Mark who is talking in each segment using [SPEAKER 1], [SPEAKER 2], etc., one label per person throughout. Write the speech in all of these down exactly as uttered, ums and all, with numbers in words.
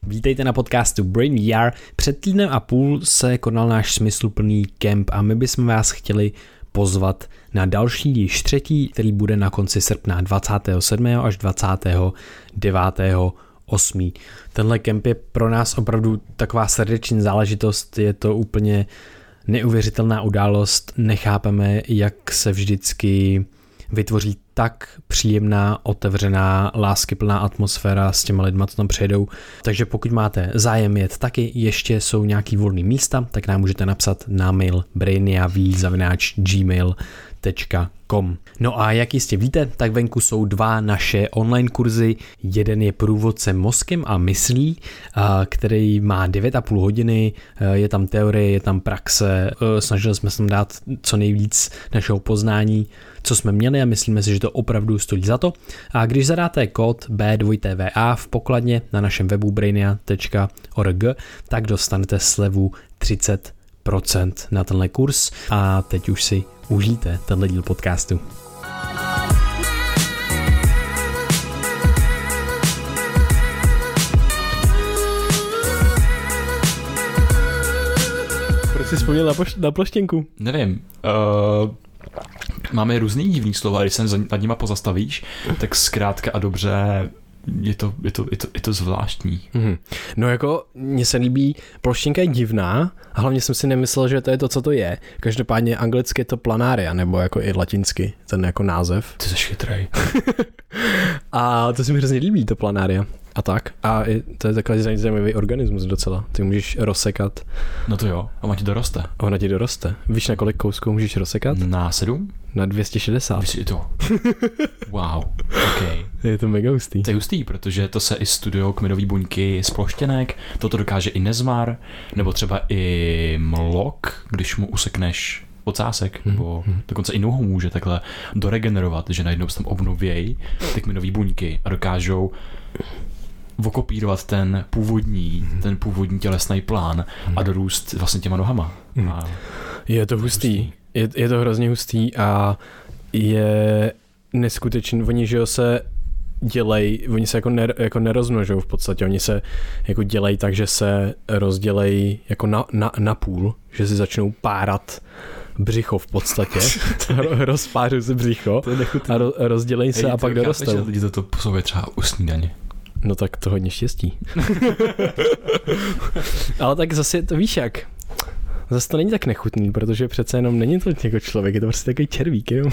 [SPEAKER 1] Vítejte na podcastu Brain V R. Před týdnem a půl se konal náš smysluplný kemp a my bychom vás chtěli pozvat na další, již třetí, který bude na konci srpna dvacátého sedmého až dvacátého devátého osmého Tenhle kemp je pro nás opravdu taková srdeční záležitost, je to úplně neuvěřitelná událost, nechápeme, jak se vždycky vytvoří tak příjemná, otevřená, láskyplná atmosféra s těma lidma, co tam přijedou. Takže pokud máte zájem jet taky, ještě jsou nějaký volný místa, tak nám můžete napsat na mail brainiav zavináč gmail tečka com. No a jak jistě víte, tak venku jsou dva naše online kurzy. Jeden je průvodce mozkem a myslí, který má devět a půl hodiny, je tam teorie, je tam praxe, snažili jsme se tam dát co nejvíc našeho poznání, co jsme měli a myslíme si, že to opravdu stojí za to. A když zadáte kód B dva T V A v pokladně na našem webu brainia tečka org, tak dostanete slevu třicet procent na tenhle kurz a teď už si užijte tenhle díl podcastu.
[SPEAKER 2] Proč jsi vzpomněl na, poš- na ploštěnku?
[SPEAKER 3] Nevím. Uh, máme různý divný slova, když se nad nima pozastavíš, tak zkrátka a dobře je to, je to, je to, je to zvláštní.
[SPEAKER 2] Mm-hmm. No jako mně se líbí, ploštěnka je divná, a hlavně jsem si nemyslel, že to je to, co to je. Každopádně anglicky je to planária, nebo jako i latinsky, ten jako název.
[SPEAKER 3] Ty jsi chytrej.
[SPEAKER 2] A to se mi hrozně líbí, to planária. A tak. A to je takový zajímavý organismus docela. Ty můžeš rozsekat.
[SPEAKER 3] No to jo, a ona ti doroste.
[SPEAKER 2] A ona ti doroste. Víš, na kolik kousků můžeš rozsekat?
[SPEAKER 3] Na sedm?
[SPEAKER 2] Na dvě stě šedesát.
[SPEAKER 3] Víš, je to. Wow, ok.
[SPEAKER 2] Je to mega hustý.
[SPEAKER 3] To je hustý, protože to se i studujou kmenový buňky z ploštěnek, toto dokáže i nezmar, nebo třeba i mlok, když mu usekneš ocásek, hmm. nebo dokonce i nohou může takhle doregenerovat, že najednou se tam obnovějí ty kmenový buňky a dokážou okopírovat ten původní, ten původní tělesný plán a dorůst vlastně těma nohama.
[SPEAKER 2] Hmm.
[SPEAKER 3] A
[SPEAKER 2] je to hustý. Je, je to hrozně hustý a je neskutečný. Oni, že jo, se dělej, oni se jako, ner, jako nerozmnožou v podstatě, oni se jako dělají tak, že se rozdělejí jako na, na, na půl, že si začnou párat břicho v podstatě, rozpářou se břicho a ro, rozdělejí se. Hej, a pak dorostou.
[SPEAKER 3] Hej, lidi toto posouvají třeba u snídaně.
[SPEAKER 2] No tak to hodně štěstí. Ale tak zase to víš jak, zase to není tak nechutný, protože přece jenom není to jako člověk, je to prostě takový červík, jo?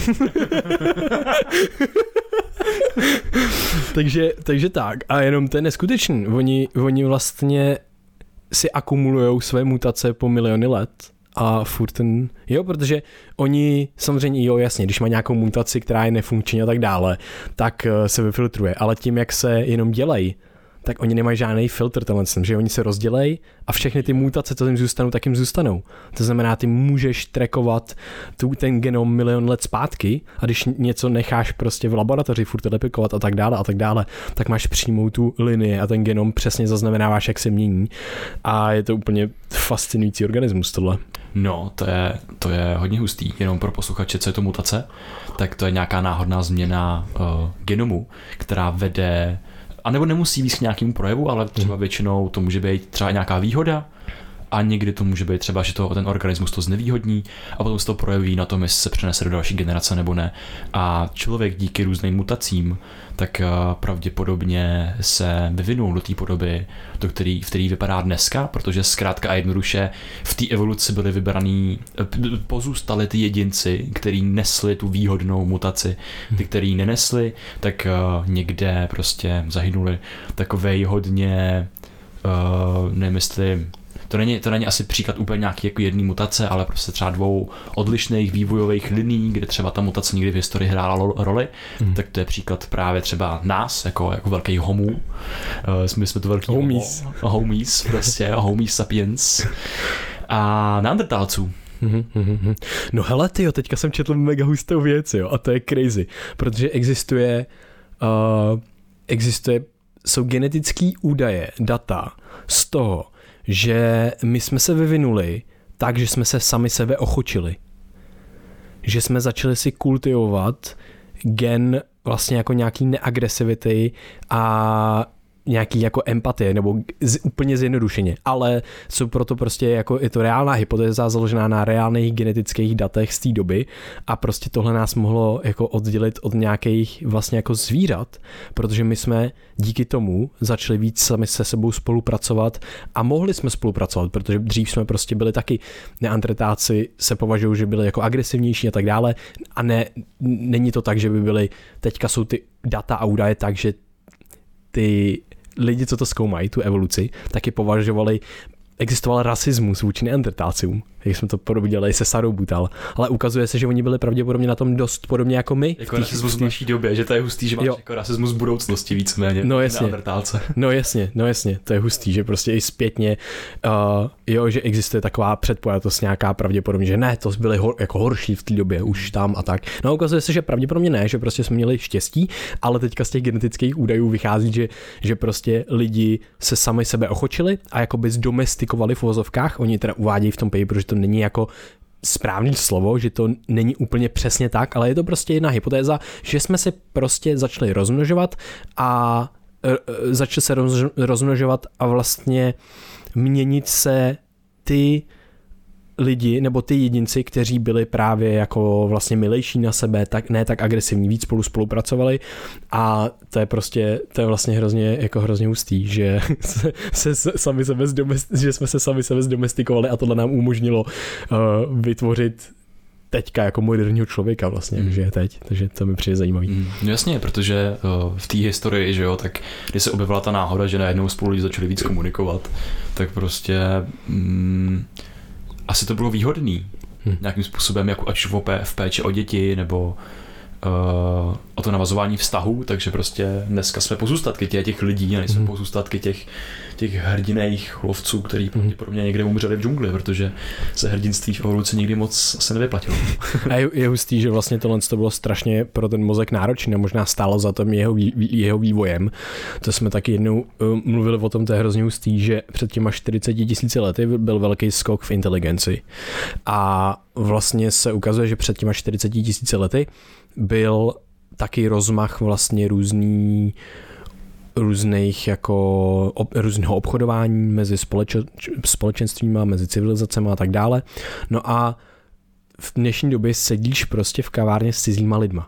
[SPEAKER 2] takže, takže tak. A jenom to je neskutečný. Oni, oni vlastně si akumulujou své mutace po miliony let a furt ten, jo, protože oni samozřejmě, jo, jasně, když má nějakou mutaci, která je nefunkční a tak dále, tak se vyfiltruje, ale tím, jak se jenom dělají, tak oni nemají žádný filtr tenhle, že oni se rozdělejí a všechny ty mutace, co jim zůstanou, tak jim zůstanou. To znamená, ty můžeš trackovat tu, ten genom milion let zpátky a když něco necháš prostě v laboratoři furt replikovat a tak dále a tak dále, tak máš přímou tu linii a ten genom přesně zaznamenáváš, jak se mění. A je to úplně fascinující organismus tohle.
[SPEAKER 3] No, to je, to je hodně hustý. Jenom pro posluchače, co je to mutace, tak to je nějaká náhodná změna uh, genomu, která vede, anebo nemusí být k nějakému projevu, ale třeba většinou to může být třeba nějaká výhoda a někdy to může být třeba, že to, ten organismus to znevýhodní a potom se to projeví na tom, jestli se přenese do další generace nebo ne. A člověk díky různým mutacím tak pravděpodobně se vyvinul do té podoby, do který, v který vypadá dneska, protože zkrátka a jednoduše v té evoluci byly vybraný, pozůstali ty jedinci, který nesli tu výhodnou mutaci. Ty, který nenesli, tak někde prostě zahynuli. Takovej hodně, uh, nevím jestli To není, to není asi příklad úplně nějaký jako jedné mutace, ale prostě třeba dvou odlišných vývojových liní, kde třeba ta mutace někdy v historii hrála roli, mm. tak to je příklad právě třeba nás, jako, jako velkých homů. Uh, my jsme to velký
[SPEAKER 2] homies.
[SPEAKER 3] Homo, homies, prostě, homies sapiens. A neandertálců.
[SPEAKER 2] Mm-hmm. No hele tyjo, teďka jsem četl mega hustou věc, jo, a to je crazy, protože existuje, uh, existuje, jsou genetický údaje, data z toho, že my jsme se vyvinuli tak, že jsme se sami sebe ochočili. Že jsme začali si kultivovat gen vlastně jako nějaký neagresivity a nějaký jako empatie, nebo z, úplně zjednodušeně, ale jsou proto prostě jako je to reálná hypotéza založená na reálných genetických datech z té doby a prostě tohle nás mohlo jako oddělit od nějakých vlastně jako zvířat, protože my jsme díky tomu začali víc sami se sebou spolupracovat a mohli jsme spolupracovat, protože dřív jsme prostě byli taky neandertáci se považují, že byli jako agresivnější a tak dále a ne, není to tak, že by byli, teďka jsou ty data a údaje tak, že ty lidi, co to zkoumají, tu evoluci, taky považovali, existoval rasismus vůči neandertácům, jak jsme to podobně dělali se Sarou Butal, ale ukazuje se, že oni byli pravděpodobně na tom dost podobně jako my.
[SPEAKER 3] Jako rasismus v naší době, že to je hustý, že máš jo. jako rasismus v budoucnosti víceméně.
[SPEAKER 2] No jasně,
[SPEAKER 3] neandertálce.
[SPEAKER 2] no jasně, no jasně, to je hustý, že prostě i zpětně, uh, jo, že existuje taková předpojatost nějaká pravděpodobně, že ne, to byly hor, jako horší v té době, už tam a tak. No ukazuje se, že pravděpodobně ne, že prostě jsme měli štěstí, ale teďka z těch genetických údajů vychází, že, že prostě lidi se sami sebe ochočili a jakoby zdomestikovali v uvozovkách, oni teda uvádějí v tom paperu, že to není jako správný slovo, že to není úplně přesně tak, ale je to prostě jedna hypotéza, že jsme se prostě začali rozmnožovat a e, začali se roz, rozmnožovat a vlastně měnit se ty lidi, nebo ty jedinci, kteří byli právě jako vlastně milejší na sebe, tak ne tak agresivní, víc spolu spolupracovali a to je prostě, to je vlastně hrozně, jako hrozně hustý, že, se, se, sami sebe že jsme se sami sebe zdomestikovali a tohle nám umožnilo uh, vytvořit teďka jako moderního člověka vlastně, mm. že je teď, takže to mi přijde zajímavý.
[SPEAKER 3] Mm. No jasně, protože uh, v té historii, že jo, tak když se objevila ta náhoda, že najednou spolu lidi začali víc komunikovat, tak prostě mm, asi to bylo výhodný hmm. nějakým způsobem, jako ať v, v péči o děti, nebo uh, o to navazování vztahů, takže prostě dneska jsme pozůstatky těch, těch lidí a nejsme hmm. pozůstatky těch, těch hrdinných lovců, kteří pravděpodobně někde umřeli v džungli, protože se hrdinství v evoluci nikdy moc se nevyplatilo.
[SPEAKER 2] A je, je hustý, že vlastně tohle to bylo strašně pro ten mozek náročné a možná stálo za tom jeho, vý, jeho vývojem. To jsme taky jednou uh, mluvili o tom, to je hrozně hustý, že před těma čtyřiceti tisíci lety byl velký skok v inteligenci. A vlastně se ukazuje, že před těma čtyřiceti tisíci lety byl taky rozmach vlastně různý různých jako ob, různého obchodování mezi společ, společenstvíma, mezi civilizacemi a tak dále. No a v dnešní době sedíš prostě v kavárně s cizíma lidma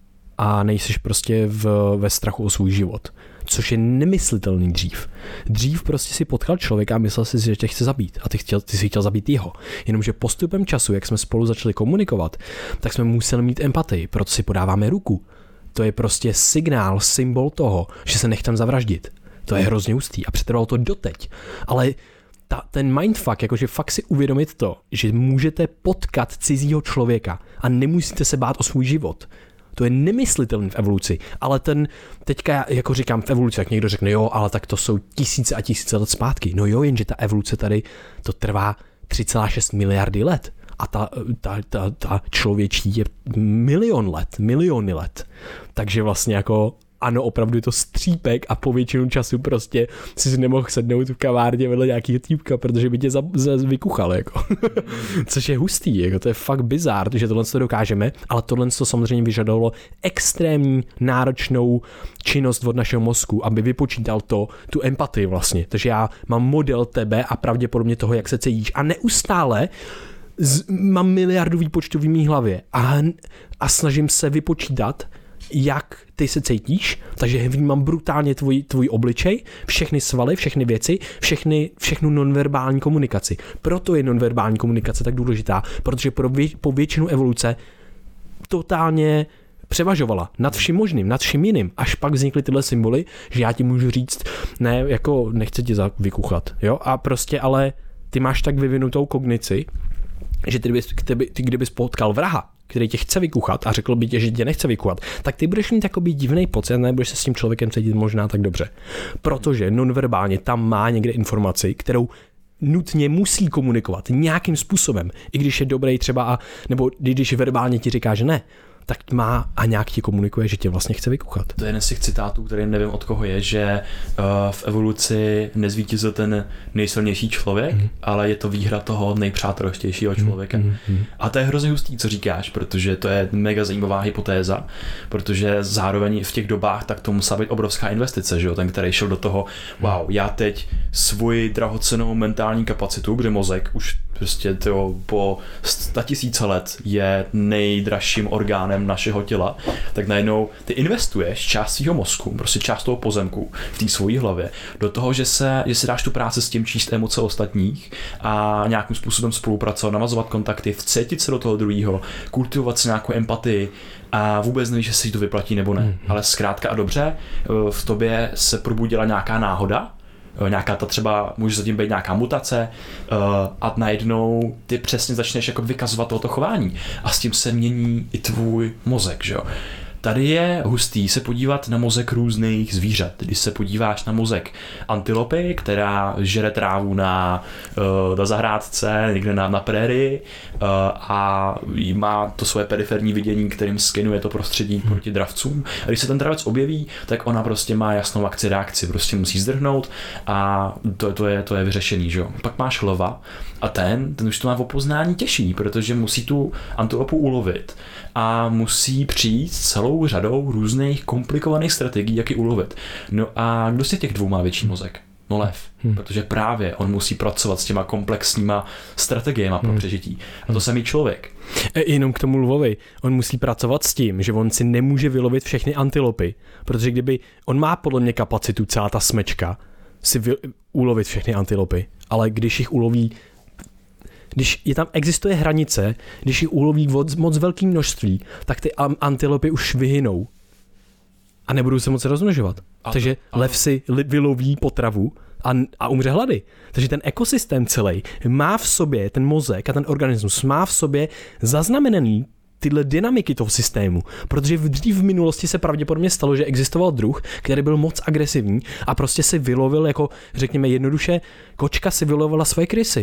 [SPEAKER 2] a nejsiš prostě v, ve strachu o svůj život, což je nemyslitelný dřív. Dřív prostě si potkal člověka a myslel si, že tě chce zabít a ty, chtěl, ty si chtěl zabít jeho. Jenomže postupem času, jak jsme spolu začali komunikovat, tak jsme museli mít empatii, proto si podáváme ruku. To je prostě signál, symbol toho, že se nechcem zavraždit. To je hrozně hustý a přetrvalo to doteď. Ale ta, ten mindfuck, jakože fakt si uvědomit to, že můžete potkat cizího člověka a nemusíte se bát o svůj život. To je nemyslitelný v evoluci, ale ten, teďka jako říkám v evoluci, jak někdo řekne, jo, ale tak to jsou tisíce a tisíce let zpátky. No jo, jenže ta evoluce tady, to trvá tři celá šest miliardy let. A ta, ta, ta, ta člověčí je milion let, miliony let. Takže vlastně jako ano, opravdu je to střípek a po většinu času prostě si nemohl sednout v kavárně vedle nějakého týpka, protože by tě za, za, vykuchal, jako. Což je hustý, jako to je fakt bizár, že tohle to dokážeme, ale tohle to samozřejmě vyžadovalo extrémní náročnou činnost od našeho mozku, aby vypočítal to, tu empatii vlastně. Takže já mám model tebe a pravděpodobně toho, jak se cítíš a neustále z, mám miliardu výpočtů v mý hlavě a, a snažím se vypočítat, jak ty se cítíš, takže vnímám brutálně tvůj, tvůj obličej, všechny svaly, všechny věci, všechny, všechnu nonverbální komunikaci. Proto je nonverbální komunikace tak důležitá, protože pro vě, po většinu evoluce totálně převažovala nad vším možným, nad vším jiným, až pak vznikly tyhle symboly, že já ti můžu říct, ne, jako nechci tě vykuchat, jo, a prostě ale ty máš tak vyvinutou kognici, že ty, ty, ty kdybys potkal vraha, který tě chce vykuchat a řekl by tě, že tě nechce vykuchat, tak ty budeš mít takový divný pocit, nebudeš se s tím člověkem cítit možná tak dobře. Protože nonverbálně tam má někde informaci, kterou nutně musí komunikovat nějakým způsobem, i když je dobrý třeba, a, nebo když verbálně ti říká, že ne, tak má a nějak ti komunikuje, že tě vlastně chce vykuchat.
[SPEAKER 3] To je jeden z těch citátů, který nevím od koho je, že uh, v evoluci nezvítězil ten nejsilnější člověk, mm. ale je to výhra toho nejpřátelštějšího člověka. Mm. Mm. A to je hrozně hustý, co říkáš, protože to je mega zajímavá hypotéza, protože zároveň v těch dobách tak to musela být obrovská investice, že jo? Ten, který šel do toho, wow, já teď svoji drahocennou mentální kapacitu, kde mozek už prostě tyjo, po statisíce let je nejdražším orgánem našeho těla, tak najednou ty investuješ část svého mozku, prostě část toho pozemku v té svojí hlavě, do toho, že se, že si dáš tu práci s tím číst emoce ostatních a nějakým způsobem spolupracovat, navazovat kontakty, vcítit se do toho druhého, kultivovat si nějakou empatii a vůbec nevíš, jestli to vyplatí nebo ne. Mm-hmm. Ale zkrátka a dobře, v tobě se probudila nějaká náhoda, nějaká ta třeba, může zatím být nějaká mutace a najednou ty přesně začneš jako vykazovat tohoto chování a s tím se mění i tvůj mozek, že jo. Tady je hustý se podívat na mozek různých zvířat. Když se podíváš na mozek antilopy, která žere trávu na, na zahrádce, někde na, na prérii a má to svoje periferní vidění, kterým skenuje to prostředí proti dravcům. A když se ten dravec objeví, tak ona prostě má jasnou akci reakci, prostě musí zdrhnout a to, to, je, to je vyřešený, že jo. Pak máš lva a ten, ten už to má v opoznání těžší, protože musí tu antilopu ulovit a musí přijít celou řadou různých komplikovaných strategií, jak ji ulovit. No a kdo z těch dvou má větší mozek? No lev, hmm. protože právě on musí pracovat s těma komplexníma strategiemi pro přežití. A to samý člověk.
[SPEAKER 2] E, jenom k tomu lvovi. On musí pracovat s tím, že on si nemůže vylovit všechny antilopy, protože kdyby, on má podle mě kapacitu, celá ta smečka, si vy, ulovit všechny antilopy, ale když jich uloví když je tam existuje hranice, když ji uloví moc, moc velké množství, tak ty antilopy už vyhynou a nebudou se moc rozmnožovat. A, Takže a... lev si vyloví potravu a, a umře hlady. Takže ten ekosystém celý má v sobě, ten mozek a ten organismus má v sobě zaznamenaný tyhle dynamiky toho systému, protože v dřív v minulosti se pravděpodobně stalo, že existoval druh, který byl moc agresivní a prostě si vylovil, jako řekněme jednoduše, kočka si vylovala svoje krysy.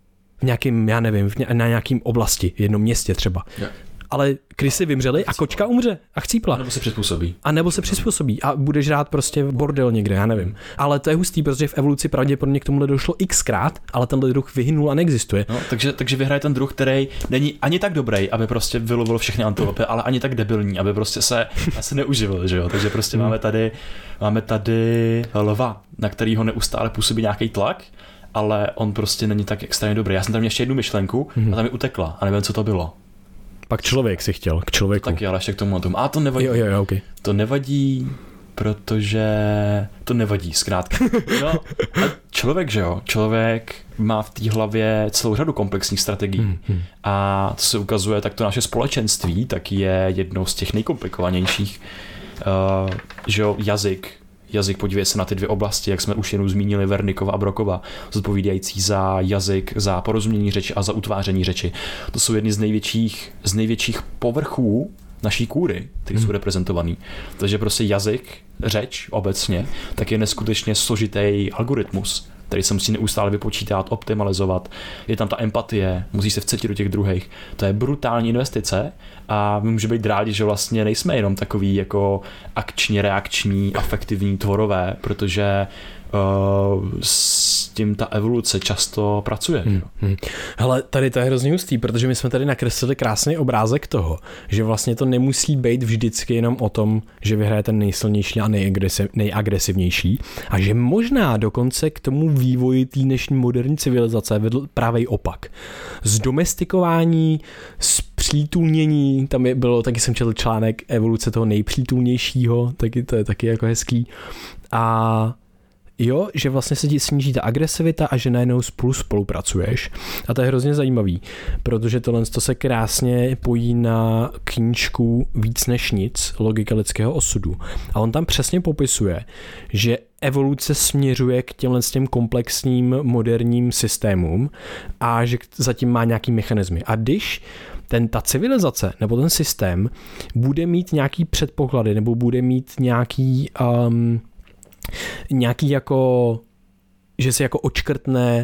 [SPEAKER 2] V nějakým, já nevím, v ně, na nějakým oblasti, v jednom městě třeba. Yeah. Ale krysy vymřely a kočka umře a chcípla.
[SPEAKER 3] A nebo se přizpůsobí.
[SPEAKER 2] A nebo se přizpůsobí a budeš rád prostě bordel někde, já nevím. Ale to je hustý, protože v evoluci pravděpodobně k tomuhle došlo xkrát, ale tenhle druh vyhynul a neexistuje.
[SPEAKER 3] No, takže, takže vyhraje ten druh, který není ani tak dobrý, aby prostě vylovil všechny antilopy, ale ani tak debilní, aby prostě se asi neuživil, že jo. Takže prostě máme tady, máme tady lva, na kterýho neustále působí nějaký tlak, ale on prostě není tak extrémně dobrý. Já jsem tam měl ještě jednu myšlenku a tam mi utekla a nevím, co to bylo.
[SPEAKER 2] Pak člověk si chtěl, k člověku.
[SPEAKER 3] Taky, ale ještě k tomu. A to nevadí.
[SPEAKER 2] Jo, jo, jo, okay.
[SPEAKER 3] To nevadí, protože to nevadí, zkrátka. No, a člověk, že jo, člověk má v té hlavě celou řadu komplexních strategií. Hmm, hmm. A to se ukazuje, tak to naše společenství tak je jednou z těch nejkomplikovanějších. Uh, že jo, jazyk, Jazyk, podívej se na ty dvě oblasti, jak jsme už jenom zmínili, Wernickeova a Brockova, zodpovídající za jazyk, za porozumění řeči a za utváření řeči. To jsou jedny z největších, z největších povrchů naší kůry, které jsou reprezentovaný. Takže prostě jazyk, řeč obecně, tak je neskutečně složitý algoritmus, který se musí neustále vypočítat, optimalizovat. Je tam ta empatie, musí se vcetit do těch druhých. To je brutální investice a my můžeme být rádi, že vlastně nejsme jenom takový jako akční, reakční, afektivní tvorové, protože uh, s tím ta evoluce často pracuje.
[SPEAKER 2] Hmm, hmm. Hele, tady to je hrozně hustý, protože my jsme tady nakreslili krásný obrázek toho, že vlastně to nemusí být vždycky jenom o tom, že vyhraje ten nejsilnější a nejagresiv, nejagresivnější a že možná dokonce k tomu vývoji té dnešní moderní civilizace vedl právě opak. Zdomestikování, zpřítulnění, tam je, bylo, taky jsem četl článek evoluce toho nejpřítulnějšího, taky to je taky jako hezký. A jo, že vlastně se ti sníží ta agresivita a že najednou spolu spolupracuješ. A to je hrozně zajímavý, protože tohle se krásně pojí na knížku Víc než nic, logika lidského osudu. A on tam přesně popisuje, že evoluce směřuje k těmhle těm komplexním moderním systémům a že zatím má nějaký mechanismy. A když ten, ta civilizace nebo ten systém bude mít nějaký předpoklady nebo bude mít nějaký um, nějaký jako, že se jako očkrtne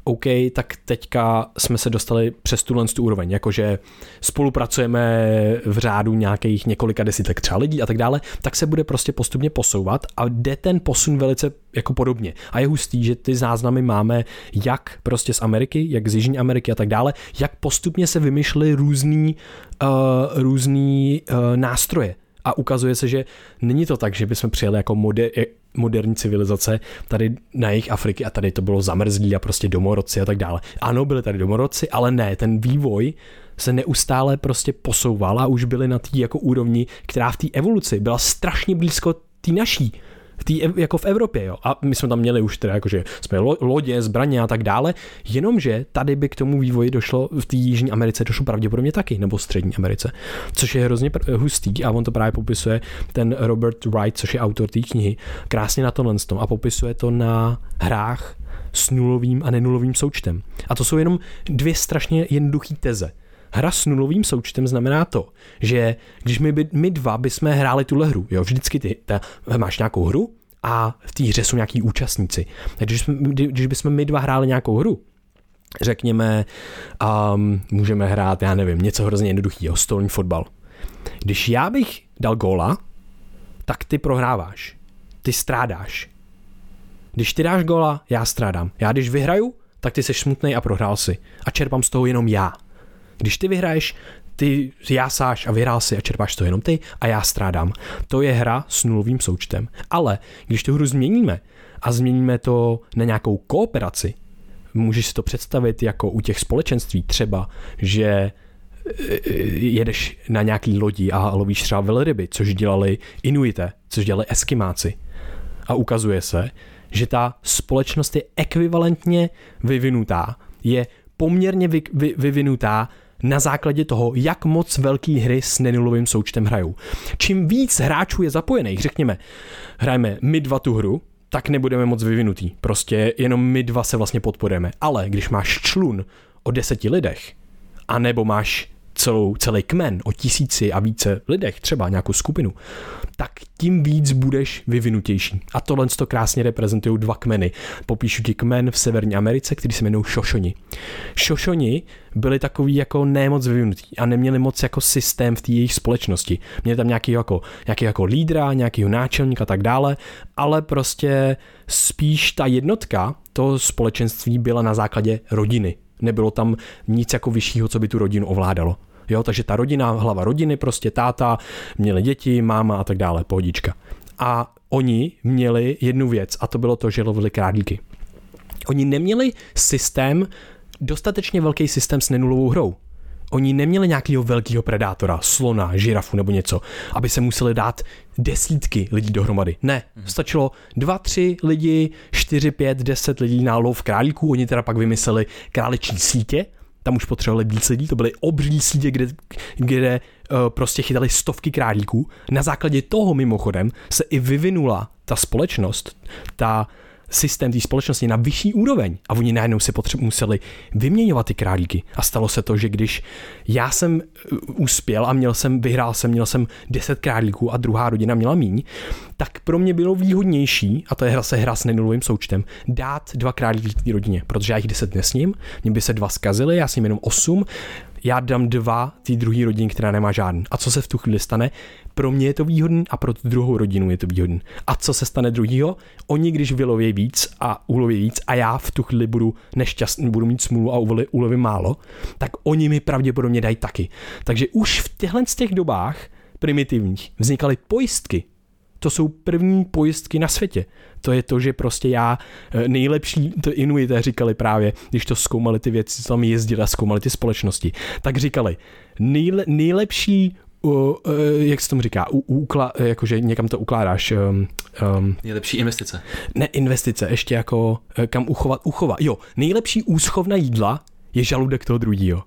[SPEAKER 2] OK, tak teďka jsme se dostali přes tuhle tu úroveň, jakože spolupracujeme v řádu nějakých několika desítek třeba lidí a tak dále, tak se bude prostě postupně posouvat a jde ten posun velice jako podobně. A je hustý, že ty záznamy máme jak prostě z Ameriky, jak z Jižní Ameriky a tak dále, jak postupně se vymýšlely různý, uh, různý uh, nástroje. A ukazuje se, že není to tak, že bychom přijeli jako moder, moderní civilizace tady na jih Afriky a tady to bylo zamrzlý a prostě domorodci a tak dále. Ano, byli tady domorodci, ale ne, ten vývoj se neustále prostě posouval a už byli na té jako úrovni, která v té evoluci byla strašně blízko té naší. V tý, jako v Evropě, jo. A my jsme tam měli už teda, jakože jsme lo, lodě, zbraně a tak dále, jenomže tady by k tomu vývoji došlo v té Jižní Americe, došlo pravděpodobně taky, nebo v Střední Americe, což je hrozně pr- hustý a on to právě popisuje ten Robert Wright, což je autor té knihy, krásně na tohle a popisuje to na hrách s nulovým a nenulovým součtem. A to jsou jenom dvě strašně jednoduché teze. Hra s nulovým součtem znamená to, že když my, by, my dva bychom hráli tuhle hru, jo, vždycky ty ta, máš nějakou hru a v té hře jsou nějaký účastníci. Takže když, když bychom my dva hráli nějakou hru, řekněme, um, můžeme hrát, já nevím, něco hrozně jednoduchého, stolní fotbal. Když já bych dal góla, tak ty prohráváš, ty strádáš. Když ty dáš góla, já strádám. Já když vyhraju, tak ty seš smutnej a prohrál si. A čerpám z toho jenom já. Když ty vyhraješ, ty jásáš a vyhrál si a čerpáš to jenom ty a já strádám. To je hra s nulovým součtem. Ale když tu hru změníme a změníme to na nějakou kooperaci, můžeš si to představit jako u těch společenství třeba, že jedeš na nějaký lodi a lovíš třeba velryby, což dělali Inuité, což dělali Eskimáci. A ukazuje se, že ta společnost je ekvivalentně vyvinutá, je poměrně vy, vy, vyvinutá na základě toho, jak moc velký hry s nenulovým součtem hrajou. Čím víc hráčů je zapojených, řekněme, hrajeme my dva tu hru, tak nebudeme moc vyvinutý. Prostě jenom my dva se vlastně podporujeme. Ale když máš člun o deseti lidech, anebo máš celou, celý kmen o tisíci a více lidech, třeba nějakou skupinu, tak tím víc budeš vyvinutější. A tohle to krásně reprezentují dva kmeny. Popíšu ti kmen v Severní Americe, který se jmenují Šošoni. Šošoni byli takový jako nemoc vyvinutí a neměli moc jako systém v té jejich společnosti. Měli tam nějaký jako, nějaký jako lídra, nějakýho náčelníka a tak dále, ale prostě spíš ta jednotka toho společenství byla na základě rodiny. Nebylo tam nic jako vyššího, co by tu rodinu ovládalo. Jo, takže ta rodina, hlava rodiny, prostě táta, měli děti, máma a tak dále, pohodička. A oni měli jednu věc a to bylo to, že lovili králíky. Oni neměli systém, dostatečně velký systém s nenulovou hrou. Oni neměli nějakého velkého predátora, slona, žirafu nebo něco, aby se museli dát desítky lidí dohromady. Ne, stačilo dva, tři lidi, čtyři, pět, deset lidí na lov králíků. Oni teda pak vymysleli králičí sítě, tam už potřebovali víc lidí, to byly obří sítě, kde, kde uh, prostě chytali stovky králíků. Na základě toho mimochodem se i vyvinula ta společnost, ta systém té společnosti na vyšší úroveň a oni najednou si potře- museli vyměňovat ty králíky a stalo se to, že když já jsem uspěl a měl jsem, vyhrál jsem, měl jsem deset králíků a druhá rodina měla míň, tak pro mě bylo výhodnější, a to je hra se hra s nenulovým součtem, dát dva králíky té rodině, protože já jich deset nesním, mě by se dva zkazily, já s ním jenom osm, já dám dva té druhé rodině, která nemá žádný. A co se v tu chvíli stane? Pro mě je to výhodný a pro tu druhou rodinu je to výhodný. A co se stane druhýho? Oni, když vyloví víc a uloví víc a já v tu chvíli budu nešťastný, budu mít smůlu a ulovím málo, tak oni mi pravděpodobně dají taky. Takže už v těchto z těch dobách primitivních vznikaly pojistky. To jsou první pojistky na světě. To je to, že prostě já nejlepší, to Inuité říkali právě, když to zkoumali ty věci, co tam jezdili a zkoumali ty společnosti, tak říkali, nejle, nejlepší, uh, uh, jak se tomu říká, u, ukla, jakože někam to ukládáš. Um, um,
[SPEAKER 3] nejlepší investice.
[SPEAKER 2] Ne investice, ještě jako kam uchovat, uchovat. Jo, nejlepší úschovna jídla je žaludek toho druhýho.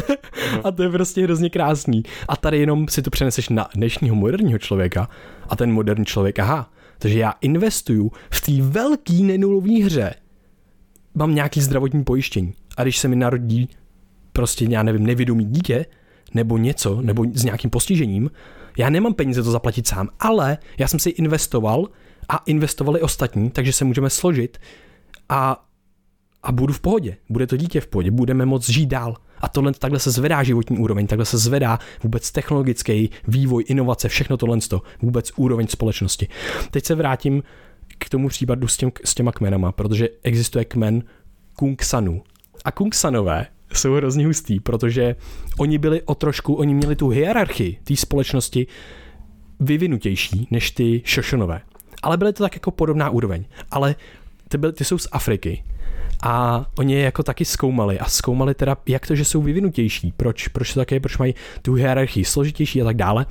[SPEAKER 2] A to je prostě hrozně krásný. A tady jenom si to přeneseš na dnešního moderního člověka a ten moderní člověk, aha, takže já investuju v té velký nenulový hře, mám nějaký zdravotní pojištění a když se mi narodí prostě, já nevím, nevědomý dítě nebo něco, nebo s nějakým postižením, já nemám peníze to zaplatit sám, ale já jsem si investoval a investovali ostatní, takže se můžeme složit a a budu v pohodě, bude to dítě v pohodě, budeme moct žít dál. A tohle, takhle se zvedá životní úroveň, takhle se zvedá vůbec technologický vývoj, inovace, všechno tohle, vůbec úroveň společnosti. Teď se vrátím k tomu případu s, těm, s těma kmenama, protože existuje kmen Kungsanů. A Kungsanové jsou hrozně hustý, protože oni byli o trošku, oni měli tu hierarchii té společnosti vyvinutější než ty Šošonové. Ale byly to tak jako podobná úroveň. Ale ty, byly, ty jsou z Afriky. A oni je jako taky zkoumali a zkoumali teda, jak to, že jsou vyvinutější, proč, proč to také, proč mají tu hierarchii složitější a tak dále.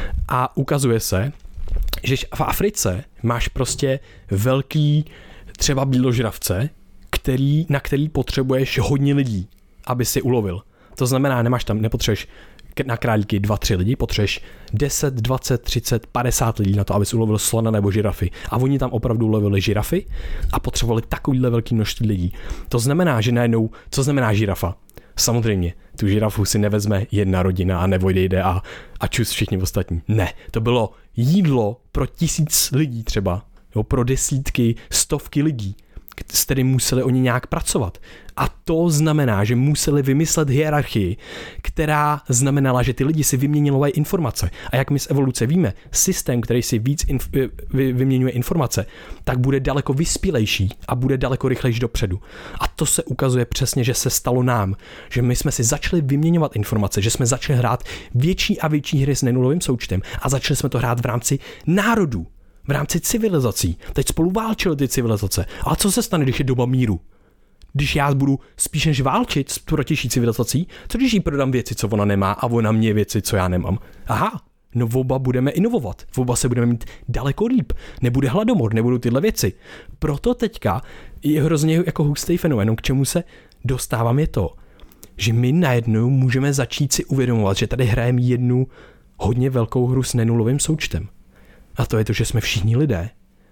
[SPEAKER 2] A ukazuje se, že v Africe máš prostě velký třeba bíložravce, který, na který potřebuješ hodně lidí, aby si ulovil. To znamená, nemáš tam, nepotřebuješ na králíky dva, tři lidi, potřebuješ deset, dvacet, třicet, padesát lidí na to, abys ulovil slona nebo žirafy. A oni tam opravdu ulovili žirafy a potřebovali takovýhle velký množství lidí. To znamená, že najednou, co znamená žirafa? Samozřejmě, tu žirafu si nevezme jedna rodina a nevojde a, a čus všichni ostatní. Ne, to bylo jídlo pro tisíc lidí třeba, jo, pro desítky, stovky lidí, s kterým museli oni nějak pracovat. A to znamená, že museli vymyslet hierarchii, která znamenala, že ty lidi si vyměnili informace. A jak my z evoluce víme, systém, který si víc inf- vy- vyměňuje informace, tak bude daleko vyspělejší a bude daleko rychlejší dopředu. A to se ukazuje přesně, že se stalo nám, že my jsme si začali vyměňovat informace, že jsme začali hrát větší a větší hry s nenulovým součtem a začali jsme to hrát v rámci národů. V rámci civilizací. Teď spolu válčily ty civilizace. A co se stane, když je doba míru? Když já budu spíš než válčit s protější civilizací, co když jí prodám věci, co ona nemá a ona mě věci, co já nemám? Aha, no v oba budeme inovovat. V oba se budeme mít daleko líp. Nebude hladomor, nebudou tyhle věci. Proto teďka je hrozně jako hustý fenomén, k čemu se dostávám je to, že my najednou můžeme začít si uvědomovat, že tady hrajeme jednu hodně velkou hru s nenulovým součtem. A to je to, že jsme všichni lidé.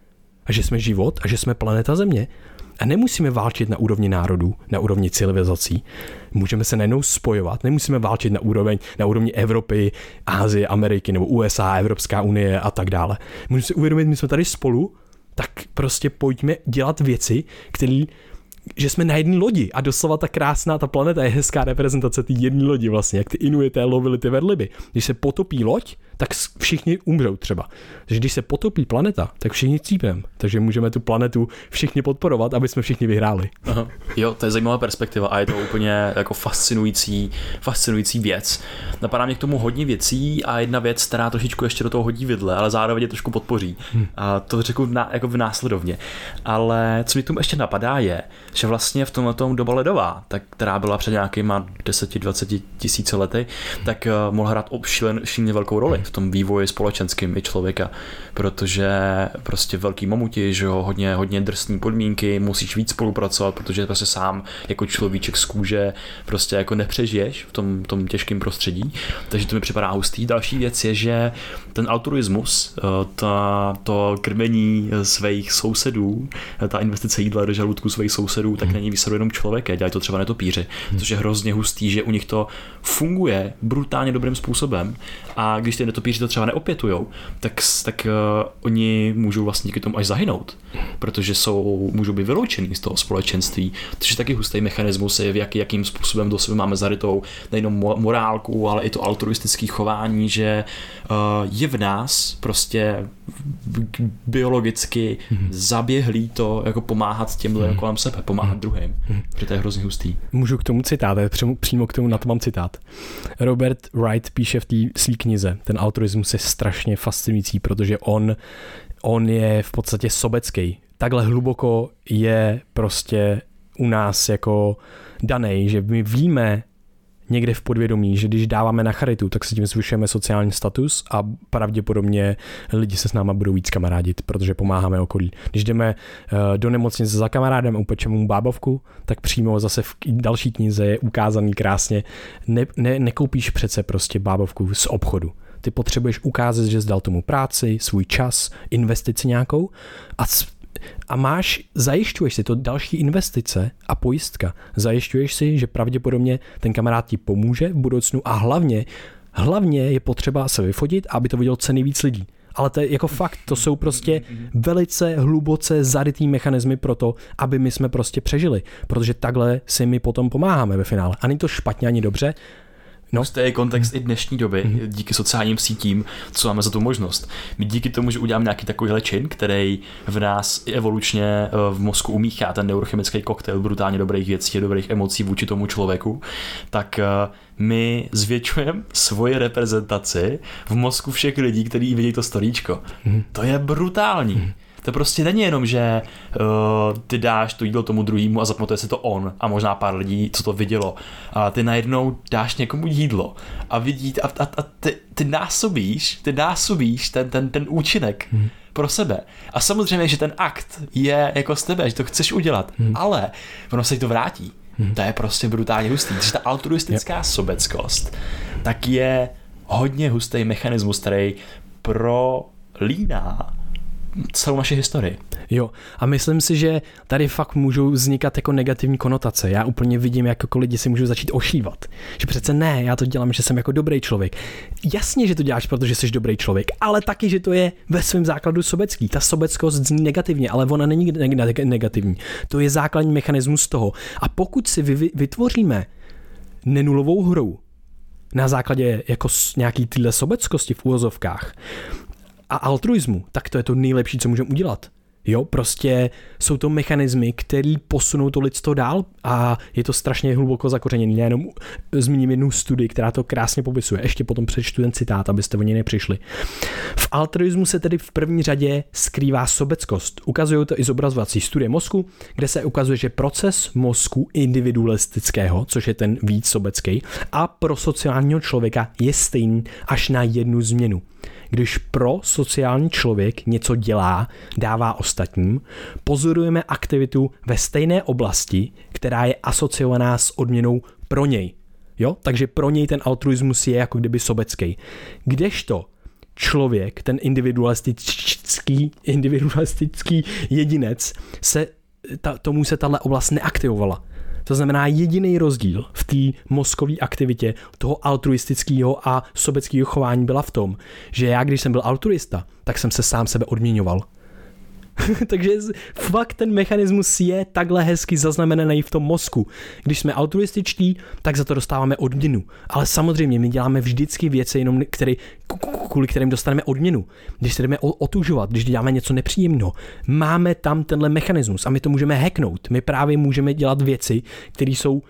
[SPEAKER 2] A že jsme život a že jsme planeta Země. A nemusíme válčit na úrovni národů, na úrovni civilizací. Můžeme se najednou spojovat, nemusíme válčit na úroveň, na úrovni Evropy, Asie, Ameriky nebo U S A, Evropská unie a tak dále. Můžeme si uvědomit, my jsme tady spolu, tak prostě pojďme dělat věci, které, že jsme na jedné lodi a doslova ta krásná, ta planeta je hezká reprezentace té jedné lodi vlastně, jak ty Inuité lovili ty velryby. Když se potopí loď, tak všichni umřou třeba. Takže když se potopí planeta, tak všichni cípem. Takže můžeme tu planetu všichni podporovat, aby jsme všichni vyhráli.
[SPEAKER 3] Aha. Jo, to je zajímavá perspektiva a je to úplně jako fascinující, fascinující věc. Napadá mě k tomu hodně věcí a jedna věc, která trošičku ještě do toho hodí vidle, ale zároveň je trošku podpoří. Hmm. A to řeknu na, jako v následovně. Ale co mi tomu ještě napadá je, že vlastně v tomhletom doba ledová, tak, která byla před nějakýma deset dvacet tisíce lety, tak uh, mohla hrát šíleně velkou roli v tom vývoji společenským i člověka, protože prostě velký mamuti, že jo, hodně, hodně drsný podmínky, musíš víc spolupracovat, protože prostě sám jako človíček z kůže prostě jako nepřežiješ v tom, tom těžkém prostředí, takže to mi připadá hustý. Další věc je, že ten altruismus, ta, to krmení svých sousedů, ta investice jídla do žaludku svých sousedů, tak není výsadu jenom člověka, dělají to třeba netopíři, což je hrozně hustý, že u nich to funguje brutálně dobrým způsobem a když ty netopíři to třeba neopětujou, tak, tak uh, oni můžou vlastně díky tomu až zahynout, protože jsou, můžou být vyloučený z toho společenství, což je taky hustý mechanismus, je, jak, jakým způsobem do sebe máme zarytou nejenom morálku, ale i to altruistické chování, že uh, je v nás prostě biologicky mm-hmm. zaběhlý to jako pomáhat těm lidem mm-hmm. kolem sebe, pomáhat mm-hmm. druhým, mm-hmm. protože to je hrozně hustý.
[SPEAKER 2] Můžu k tomu citát, přímo, přímo k tomu, na to mám citát. Robert Wright píše v té svý knize, ten altruismus je strašně fascinující, protože on, on je v podstatě sobecký. Takhle hluboko je prostě u nás jako danej, že my víme někde v podvědomí, že když dáváme na charitu, tak si tím zvyšujeme sociální status a pravděpodobně lidi se s náma budou víc kamarádit, protože pomáháme okolí. Když jdeme do nemocnice za kamarádem a upečeme mu bábovku, tak přímo zase v další knize je ukázaný krásně, ne, ne, nekoupíš přece prostě bábovku z obchodu. Ty potřebuješ ukázat, že jsi dal tomu práci, svůj čas, investici nějakou a A máš, zajišťuješ si to další investice a pojistka. Zajišťuješ si, že pravděpodobně ten kamarád ti pomůže v budoucnu a hlavně, hlavně je potřeba se vyfotit, aby to viděl co nejvíc lidí. ale to je jako fakt, to jsou prostě velice hluboce zarytý mechanismy pro to, aby my jsme prostě přežili, protože takhle si my potom pomáháme ve finále. A není to špatně ani dobře.
[SPEAKER 3] No. To je kontext mm. i dnešní doby, mm. díky sociálním sítím, co máme za tu možnost. My díky tomu, že uděláme nějaký takovýhle čin, který v nás evolučně v mozku umíchá ten neurochemický koktejl brutálně dobrých věcí a dobrých emocí vůči tomu člověku, tak my zvětšujeme svoji reprezentaci v mozku všech lidí, kteří vidí to storíčko. Mm. To je brutální. Mm. To prostě není jenom, že uh, ty dáš to jídlo tomu druhému a zapamatuje se to on a možná pár lidí, co to vidělo. A ty najednou dáš někomu jídlo a vidí a, a, a ty, ty násobíš, ty násobíš ten, ten, ten účinek hmm. pro sebe. A samozřejmě, že ten akt je jako z tebe, že to chceš udělat, hmm. ale ono se to vrátí. Hmm. To je prostě brutálně hustý. Takže ta altruistická yep. sobeckost tak je hodně hustý mechanismus, který prolíná celou naši historii.
[SPEAKER 2] Jo, a myslím si, že tady fakt můžou vznikat jako negativní konotace. Já úplně vidím, jak jako lidi si můžou začít ošívat. Že přece ne, já to dělám, že jsem jako dobrý člověk. Jasně, že to děláš, protože jsi dobrý člověk, ale taky, že to je ve svém základu sobecký. Ta sobeckost zní negativně, ale ona není negativní. To je základní mechanismus toho. A pokud si vytvoříme nenulovou hru na základě jako nějaký tyhle sobeckosti v úvozovkách, a altruismu, tak to je to nejlepší, co můžeme udělat. Jo, prostě jsou to mechanismy, které posunou to lidstvo dál a je to strašně hluboko zakořeněné. Já jenom zmíním jednu studii, která to krásně popisuje. Ještě potom přečtu ten citát, abyste o něj nepřišli. V altruismu se tedy v první řadě skrývá sobeckost. Ukazují to i zobrazovací studie mozku, kde se ukazuje, že proces mozku individualistického, což je ten víc sobecký, a pro sociálního člověka je stejný až na jednu změnu. Když pro sociální člověk něco dělá, dává ostatním, pozorujeme aktivitu ve stejné oblasti, která je asociovaná s odměnou pro něj. Jo? Takže pro něj ten altruismus je jako kdyby sobecký. Kdežto člověk, ten individualistický, individualistický jedinec, se, ta, tomu se tahle oblast neaktivovala. To znamená, jediný rozdíl v té mozkové aktivitě toho altruistického a sobeckého chování byla v tom, že já, když jsem byl altruista, tak jsem se sám sebe odměňoval. Takže fakt ten mechanismus je takhle hezky zaznamenaný v tom mozku. Když jsme altruističtí, tak za to dostáváme odměnu. Ale samozřejmě my děláme vždycky věci, jenom který, kvůli kterým dostaneme odměnu. Když se jdeme otužovat, když děláme něco nepříjemného, máme tam tenhle mechanismus a my to můžeme hacknout. My právě můžeme dělat věci, které jsou uh,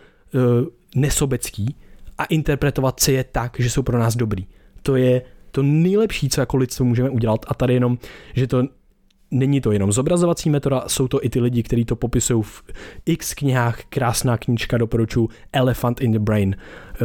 [SPEAKER 2] nesobecký a interpretovat si je tak, že jsou pro nás dobrý. To je to nejlepší, co jako lidstvo můžeme udělat a tady jenom, že to není to jenom zobrazovací metoda, jsou to i ty lidi, kteří to popisují v x knihách, krásná knížka, doporučuji Elephant in the Brain.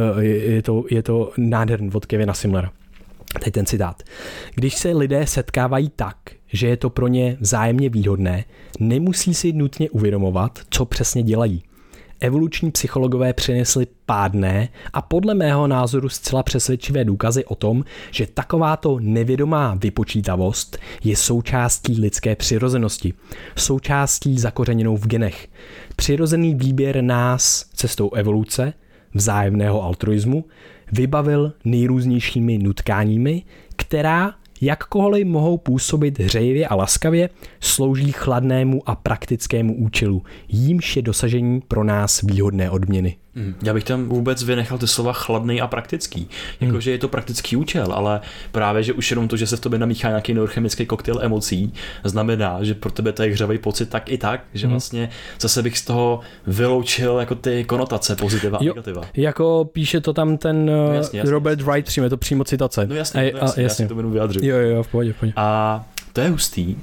[SPEAKER 2] Je to, je to nádherný od Kevina Simlera. Tady ten citát. Když se lidé setkávají tak, že je to pro ně vzájemně výhodné, nemusí si nutně uvědomovat, co přesně dělají. Evoluční psychologové přinesli pádné a podle mého názoru zcela přesvědčivé důkazy o tom, že takováto nevědomá vypočítavost je součástí lidské přirozenosti, součástí zakořeněnou v genech. Přirozený výběr nás cestou evoluce, vzájemného altruismu, vybavil nejrůznějšími nutkáními, která jakkoliv mohou působit hřejivě a laskavě, slouží chladnému a praktickému účelu, jímž je dosažení pro nás výhodné odměny.
[SPEAKER 3] Hmm. Já bych tam vůbec vynechal ty slova chladný a praktický. Jakože hmm. je to praktický účel, ale právě, že už jenom to, že se v tobě namíchá nějaký neurochemický koktejl emocí, znamená, že pro tebe to je hřevej pocit tak i tak, že hmm. vlastně zase bych z toho vyloučil jako ty konotace pozitiva a negativa.
[SPEAKER 2] Jako píše to tam ten no, jasně, jasně, Robert jasně. Wright, přijme to přímo citace.
[SPEAKER 3] No jasně, a, no jasně, a, jasně. já si to budu vyjádřit.
[SPEAKER 2] Jo, jo, v pohodě, v pohodě.
[SPEAKER 3] A to je hustý,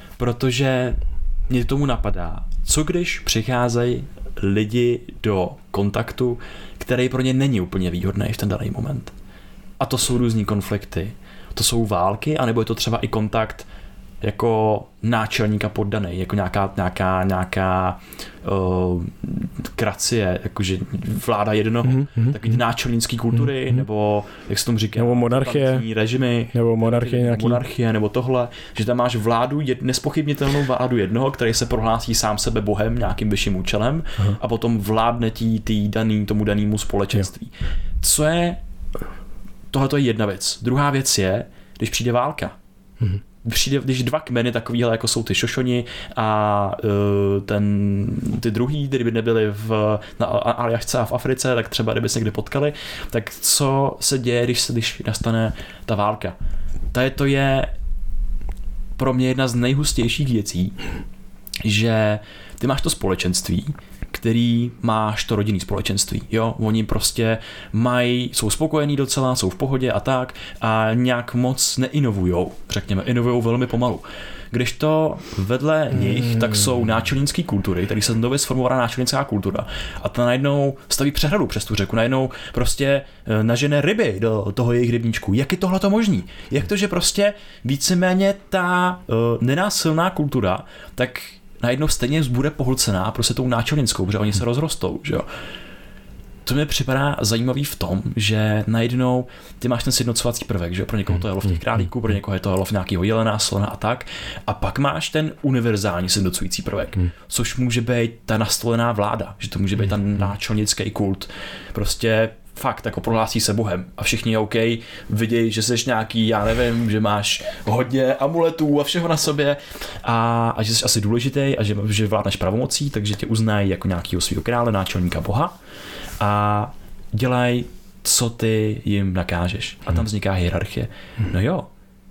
[SPEAKER 3] protože mě tomu napadá, co když přicházejí lidi do kontaktu, který pro ně není úplně výhodný v ten daný moment. A to jsou různý konflikty. To jsou války, anebo je to třeba i kontakt jako náčelníka poddaný, jako nějaká, nějaká, nějaká uh, kracie, jakože vláda jednoho, mm-hmm. takový ty náčelnický kultury, mm-hmm. nebo jak se tomu říká,
[SPEAKER 2] nebo monarchie,
[SPEAKER 3] režimy,
[SPEAKER 2] nebo monarchie,
[SPEAKER 3] nebo
[SPEAKER 2] nějaký...
[SPEAKER 3] monarchie, nebo tohle, že tam máš vládu, jed, nespochybnitelnou vládu jednoho, který se prohlásí sám sebe bohem, nějakým vyšším účelem, uh-huh. a potom vládne tí, tí daný, tomu danému společenství. Jo. Co je, tohle je jedna věc. Druhá věc je, když přijde válka.
[SPEAKER 2] Mm-hmm.
[SPEAKER 3] Přijde, když dva kmeny takovýhle, jako jsou ty šošoni a uh, ten, ty druhý, kdyby nebyli v, na Aljašce a v Africe, tak třeba kdyby se někde potkali, tak co se děje, když, se, když nastane ta válka? Tady to je pro mě jedna z nejhustějších věcí, že ty máš to společenství, který máš to rodinný společenství, jo, oni prostě mají, jsou spokojení docela, jsou v pohodě a tak a nějak moc neinovujou, řekněme, inovujou velmi pomalu. Když to vedle nich, tak jsou náčelnické kultury, tady se nově sformovaná náčelnická kultura a ta najednou staví přehradu přes tu řeku, najednou prostě nažene ryby do toho jejich rybníčku. Jak je tohle to možný? Jak to, že prostě víceméně ta uh, nenásilná kultura, tak najednou stejně bude pohlcená prostě tou náčelnickou, protože oni se rozrostou, že jo. To mi připadá zajímavý v tom, že najednou ty máš ten sjednocovací prvek, že pro někoho to je lov těch králíků, pro někoho je to lov nějakého jelena, slona a tak. A pak máš ten univerzální sjednocující prvek, což může být ta nastolená vláda, že to může být ten náčelnický kult. Prostě fakt, jako prohlásí se Bohem a všichni OK, vidějí, že jsi nějaký, já nevím, že máš hodně amuletů a všeho na sobě a, a že jsi asi důležitý a že, že vládneš pravomocí, takže tě uznají jako nějakýho svého krále, náčelníka Boha a dělají, co ty jim nakážeš. A tam vzniká hierarchie. No jo,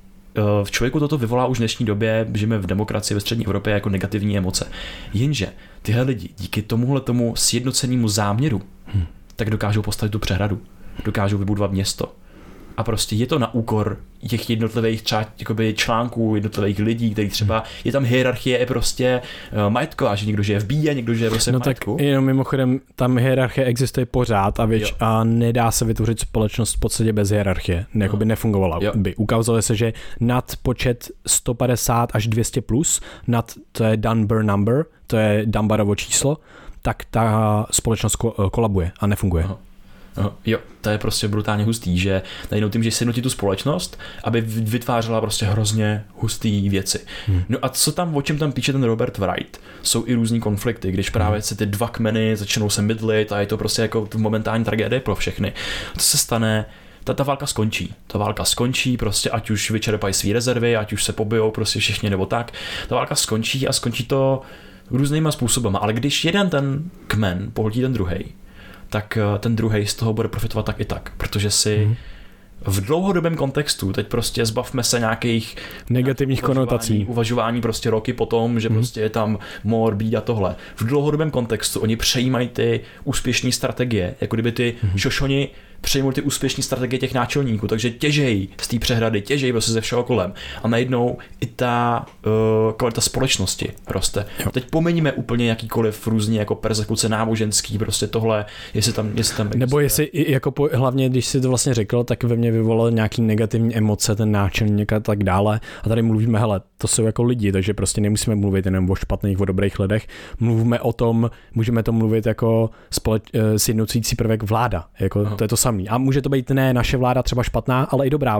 [SPEAKER 3] v člověku toto vyvolá už v dnešní době, žijeme v demokracii ve střední Evropě jako negativní emoce. Jenže tyhle lidi díky tomuhle tomu sjednocenému záměru tak dokážou postavit tu přehradu, dokážou vybudovat město. A prostě je to na úkor těch jednotlivých třeba jakoby článků, jednotlivých lidí, který třeba, je tam hierarchie, je prostě uh, majetková, že někdo žije v bídě, někdo žije prostě v
[SPEAKER 2] no
[SPEAKER 3] majetku.
[SPEAKER 2] Tak jenom mimochodem, tam hierarchie existuje pořád a, věč, a nedá se vytvořit společnost v podstatě bez hierarchie. Jakoby nefungovala
[SPEAKER 3] Jo.
[SPEAKER 2] by. Ukázalo se, že nad počet sto padesát až dvě stě plus, nad to je Dunbar number, to je Dunbarovo číslo, tak ta společnost kolabuje a nefunguje.
[SPEAKER 3] Aha. Aha. Jo, to je prostě brutálně hustý, že najednou tím, že sjednotí tu společnost, aby vytvářela prostě hrozně hustý věci. Hmm. No a co tam, o čem tam píše ten Robert Wright, jsou i různý konflikty, když právě se ty dva kmeny začnou se mydlit a je to prostě jako momentální tragédie pro všechny. To se stane, ta, ta válka skončí. Ta válka skončí, prostě ať už vyčerpají své rezervy, ať už se pobijou prostě všichni nebo tak. Ta válka skončí a skončí to různýma způsobama, ale když jeden ten kmen pohltí ten druhej, tak ten druhej z toho bude profitovat tak i tak, protože si mm. v dlouhodobém kontextu, teď prostě zbavme se nějakých
[SPEAKER 2] negativních
[SPEAKER 3] uvažování,
[SPEAKER 2] konotací.
[SPEAKER 3] Uvažování prostě roky potom, že mm. prostě je tam mor, bída tohle. V dlouhodobém kontextu oni přejímají ty úspěšné strategie, jako kdyby ty mm. šošoni přejmou ty úspěšné strategie těch náčelníků, takže těžej z té přehrady, těžej prostě ze všeho kolem. A najednou i ta uh, kvalita společnosti roste. Jo. Teď pomeníme úplně jakýkoliv různý jako persekuce náboženský, prostě tohle, jestli tam, jestli tam
[SPEAKER 2] nebo jestli jako po, hlavně, když si to vlastně řekl, tak ve mně vyvolal nějaký negativní emoce, ten náčelník a tak dále. A tady mluvíme, hele, to jsou jako lidi, takže prostě nemusíme mluvit jenom o špatných, o dobrých lidech. Mluvíme o tom, můžeme to mluvit jako společ, sjednocující prvek vláda, jako to je to samé. A může to být ne naše vláda třeba špatná, ale i dobrá.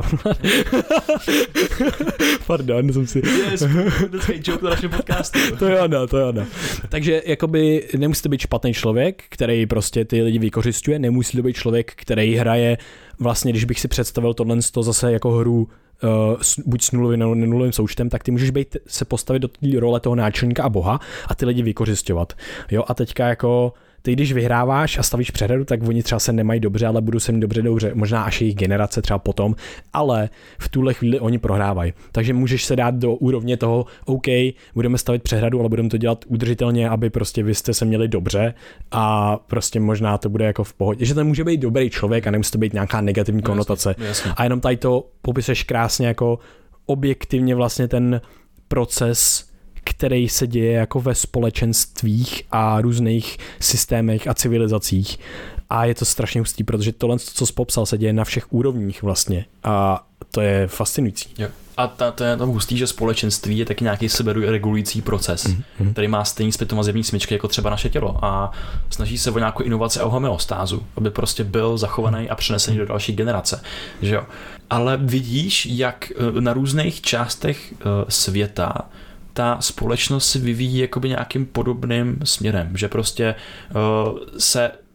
[SPEAKER 2] Pardon, jsem si...
[SPEAKER 3] Yes, joke na našem podcastu.
[SPEAKER 2] To je ono, to je ono. Takže jakoby nemusíte být špatný člověk, který prostě ty lidi vykořisťuje, nemusíte být člověk, který hraje vlastně, když bych si představil tohle zase jako hru Uh, buď s nulovým nebo nenulovým součtem, tak ty můžeš být, se postavit do té role toho náčelníka a boha a ty lidi vykořisťovat. Jo, a teďka jako ty, když vyhráváš a stavíš přehradu, tak oni třeba se nemají dobře, ale budou se mít dobře dobře, možná až jejich generace třeba potom, ale v tuhle chvíli oni prohrávají. Takže můžeš se dát do úrovně toho, OK, budeme stavit přehradu, ale budeme to dělat udržitelně, aby prostě vy jste se měli dobře a prostě možná to bude jako v pohodě. Že to může být dobrý člověk a nemusí to být nějaká negativní no, konotace.
[SPEAKER 3] Jasně, jasně.
[SPEAKER 2] A jenom tady to popisuješ krásně jako objektivně vlastně ten proces, který se děje jako ve společenstvích a různých systémech a civilizacích. A je to strašně hustý, protože tohle, co jsi popsal, se děje na všech úrovních vlastně. A to je fascinující.
[SPEAKER 3] Jo. A ta, to je tam hustý, že společenství je taky nějaký seberegulující proces, mm-hmm. který má stejný zpětovazební smyčky jako třeba naše tělo a snaží se o nějakou inovaci a o homeostázu, aby prostě byl zachovaný a přenesený do další generace. Že jo? Ale vidíš, jak na různých částech světa ta společnost se vyvíjí jakoby nějakým podobným směrem, že prostě uh, se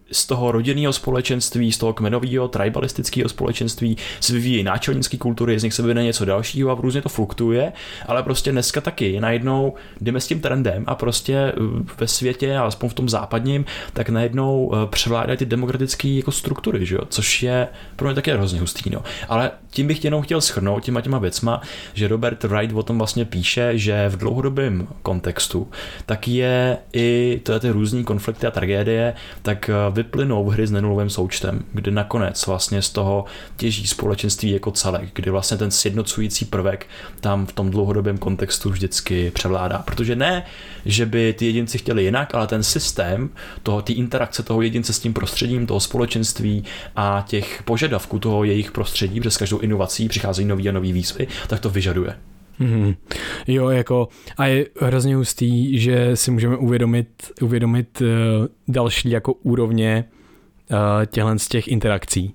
[SPEAKER 3] z toho rodinného společenství, z toho kmenového, tribalistického společenství se vyvíjí náčelnické kultury, z nich se vyvine něco dalšího a různě to fluktuuje, ale prostě dneska taky najednou jdeme s tím trendem a prostě ve světě, alespoň v tom západním, tak najednou převládají ty demokratické jako struktury, že jo? Což je pro mě taky hrozně hustý. No. Ale tím bych jenom chtěl shrnout těma těma věcma, že Robert Wright o tom vlastně píše, že v dlouhodobém kontextu tak je i to je ty různý konflikty a tragédie, tak vyplynou v hry s nenulovým součtem, kdy nakonec vlastně z toho těží společenství jako celek, kdy vlastně ten sjednocující prvek tam v tom dlouhodobém kontextu vždycky převládá. Protože ne, že by ty jedinci chtěli jinak, ale ten systém, toho, ty interakce toho jedince s tím prostředím, toho společenství a těch požadavků toho jejich prostředí, přes každou inovací přicházejí nový a nový výzvy, tak to vyžaduje.
[SPEAKER 2] Mm-hmm. Jo, jako a je hrozně hustý, že si můžeme uvědomit, uvědomit uh, další jako úrovně uh, těchhle z těch interakcí.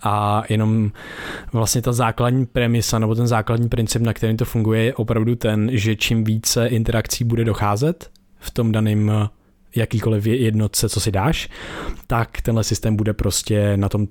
[SPEAKER 2] A jenom vlastně ta základní premisa nebo ten základní princip, na kterém to funguje, je opravdu ten, že čím více interakcí bude docházet v tom daném jakýkoliv jednotce, co si dáš, tak tenhle systém bude prostě na tom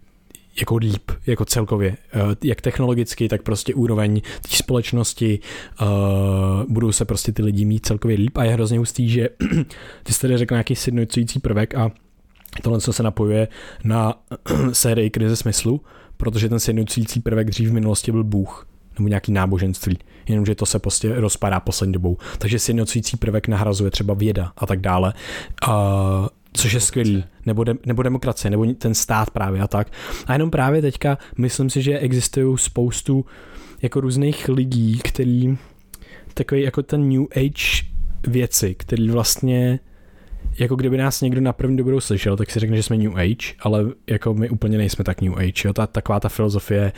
[SPEAKER 2] jako líp, jako celkově, jak technologicky, tak prostě úroveň té společnosti, uh, budou se prostě ty lidi mít celkově líp a je hrozně hustý, že ty jsi tady řekl nějaký sjednocující prvek a tohle se napojuje na sérii Krize smyslu, protože ten sjednocující prvek dřív v minulosti byl Bůh nebo nějaký náboženství, jenomže to se prostě rozpadá poslední dobou. Takže sjednocující prvek nahrazuje třeba věda a tak dále. Uh, což je skvělý, nebo, de, nebo demokracie, nebo ten stát právě a tak. A jenom právě teďka myslím si, že existují spoustu jako různých lidí, který takový jako ten New Age věci, který vlastně jako kdyby nás někdo na první dobrou slyšel, tak si řekne, že jsme New Age, ale jako my úplně nejsme tak New Age. Jo? Ta, taková ta filozofie,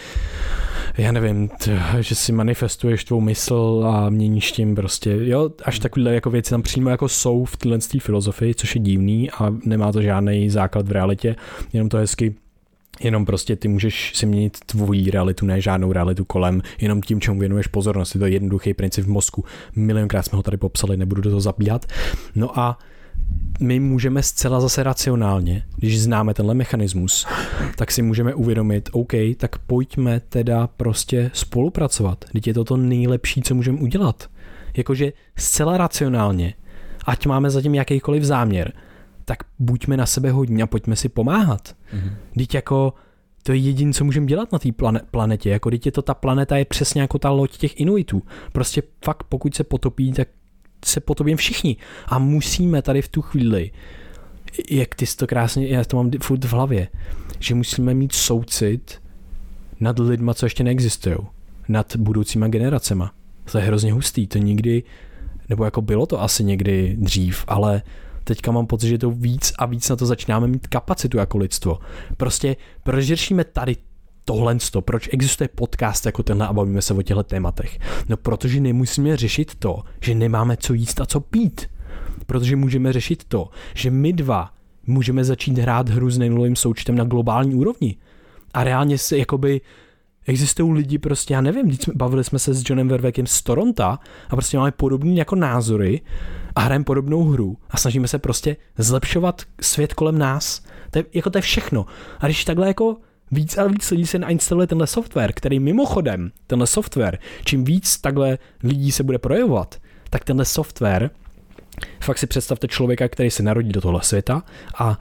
[SPEAKER 2] já nevím, t, že si manifestuješ tvou mysl a měníš tím prostě, jo, až takovýhle jako věci tam přímo jako jsou v téhle filozofii, což je divný a nemá to žádný základ v realitě, jenom to hezky jenom prostě ty můžeš si měnit tvoji realitu, ne žádnou realitu kolem, jenom tím, čemu věnuješ pozornost. Je to jednoduchý princip v mozku. Milionkrát jsme ho tady popsali, nebudu do toho zabíhat. No a my můžeme zcela zase racionálně, když známe tenhle mechanismus, tak si můžeme uvědomit, OK, tak pojďme teda prostě spolupracovat. Vždyť je to to nejlepší, co můžeme udělat. Jakože zcela racionálně, ať máme zatím jakýkoliv záměr, tak buďme na sebe hodní a pojďme si pomáhat. Mm-hmm. Vždyť jako to je jediné, co můžeme dělat na té plane- planetě. Jako vždyť je to ta planeta je přesně jako ta loď těch Inuitů. Prostě fakt pokud se potopí, tak se potopím všichni. A musíme tady v tu chvíli, jak ty jsi to krásně, já to mám furt v hlavě, že musíme mít soucit nad lidma, co ještě neexistují. Nad budoucíma generacema. To je hrozně hustý. To nikdy, nebo jako bylo to asi někdy dřív, ale teďka mám pocit, že to víc a víc na to začínáme mít kapacitu jako lidstvo. Prostě proč řešíme tady tohle, proč existuje podcast jako tenhle a bavíme se o těchto tématech? No protože nemusíme řešit to, že nemáme co jíst a co pít. Protože můžeme řešit to, že my dva můžeme začít hrát hru s nejnulovým součtem na globální úrovni. A reálně se jakoby existují lidi prostě, já nevím, bavili jsme se s Johnem Verweekem z Toronto a prostě máme podobný jako názory a hrajeme podobnou hru a snažíme se prostě zlepšovat svět kolem nás. To je, jako to je všechno. A když takhle jako víc a víc lidí se nainstaluje tenhle software, který mimochodem, tenhle software, čím víc takhle lidí se bude projevovat, tak tenhle software, fakt si představte člověka, který se narodí do tohle světa a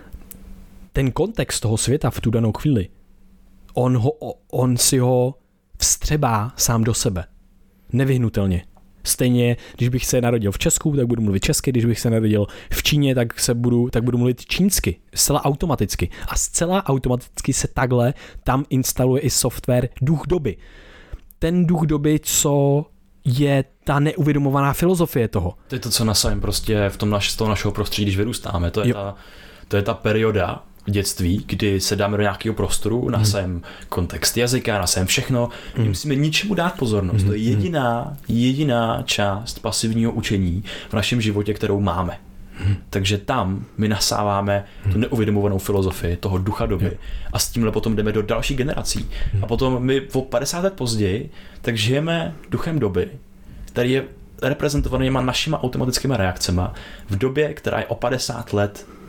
[SPEAKER 2] ten kontext toho světa v tu danou chvíli, on, ho, on si ho vstřebá sám do sebe. Nevyhnutelně. Stejně, když bych se narodil v Česku, tak budu mluvit česky, když bych se narodil v Číně, tak se budu, tak budu mluvit čínsky. Zcela automaticky. A zcela automaticky se takhle tam instaluje i software duch doby. Ten duch doby, co je ta neuvědomovaná filozofie toho.
[SPEAKER 3] To je to, co nasájem prostě v tom naš, z toho našeho prostředí, když vyrůstáme. To je, ta, to je ta perioda v dětství, kdy se dáme do nějakého prostoru, nasajem hmm. kontext jazyka, nasajem všechno. Hmm. Musíme ničemu dát pozornost. Hmm. To je jediná, jediná část pasivního učení v našem životě, kterou máme. Hmm. Takže tam my nasáváme hmm. tu neuvědomovanou filozofii toho ducha doby hmm. a s tímhle potom jdeme do dalších generací. Hmm. A potom my o padesát let později tak žijeme duchem doby, který je reprezentovanýma našima automatickými reakcemi v době, která je o padesát let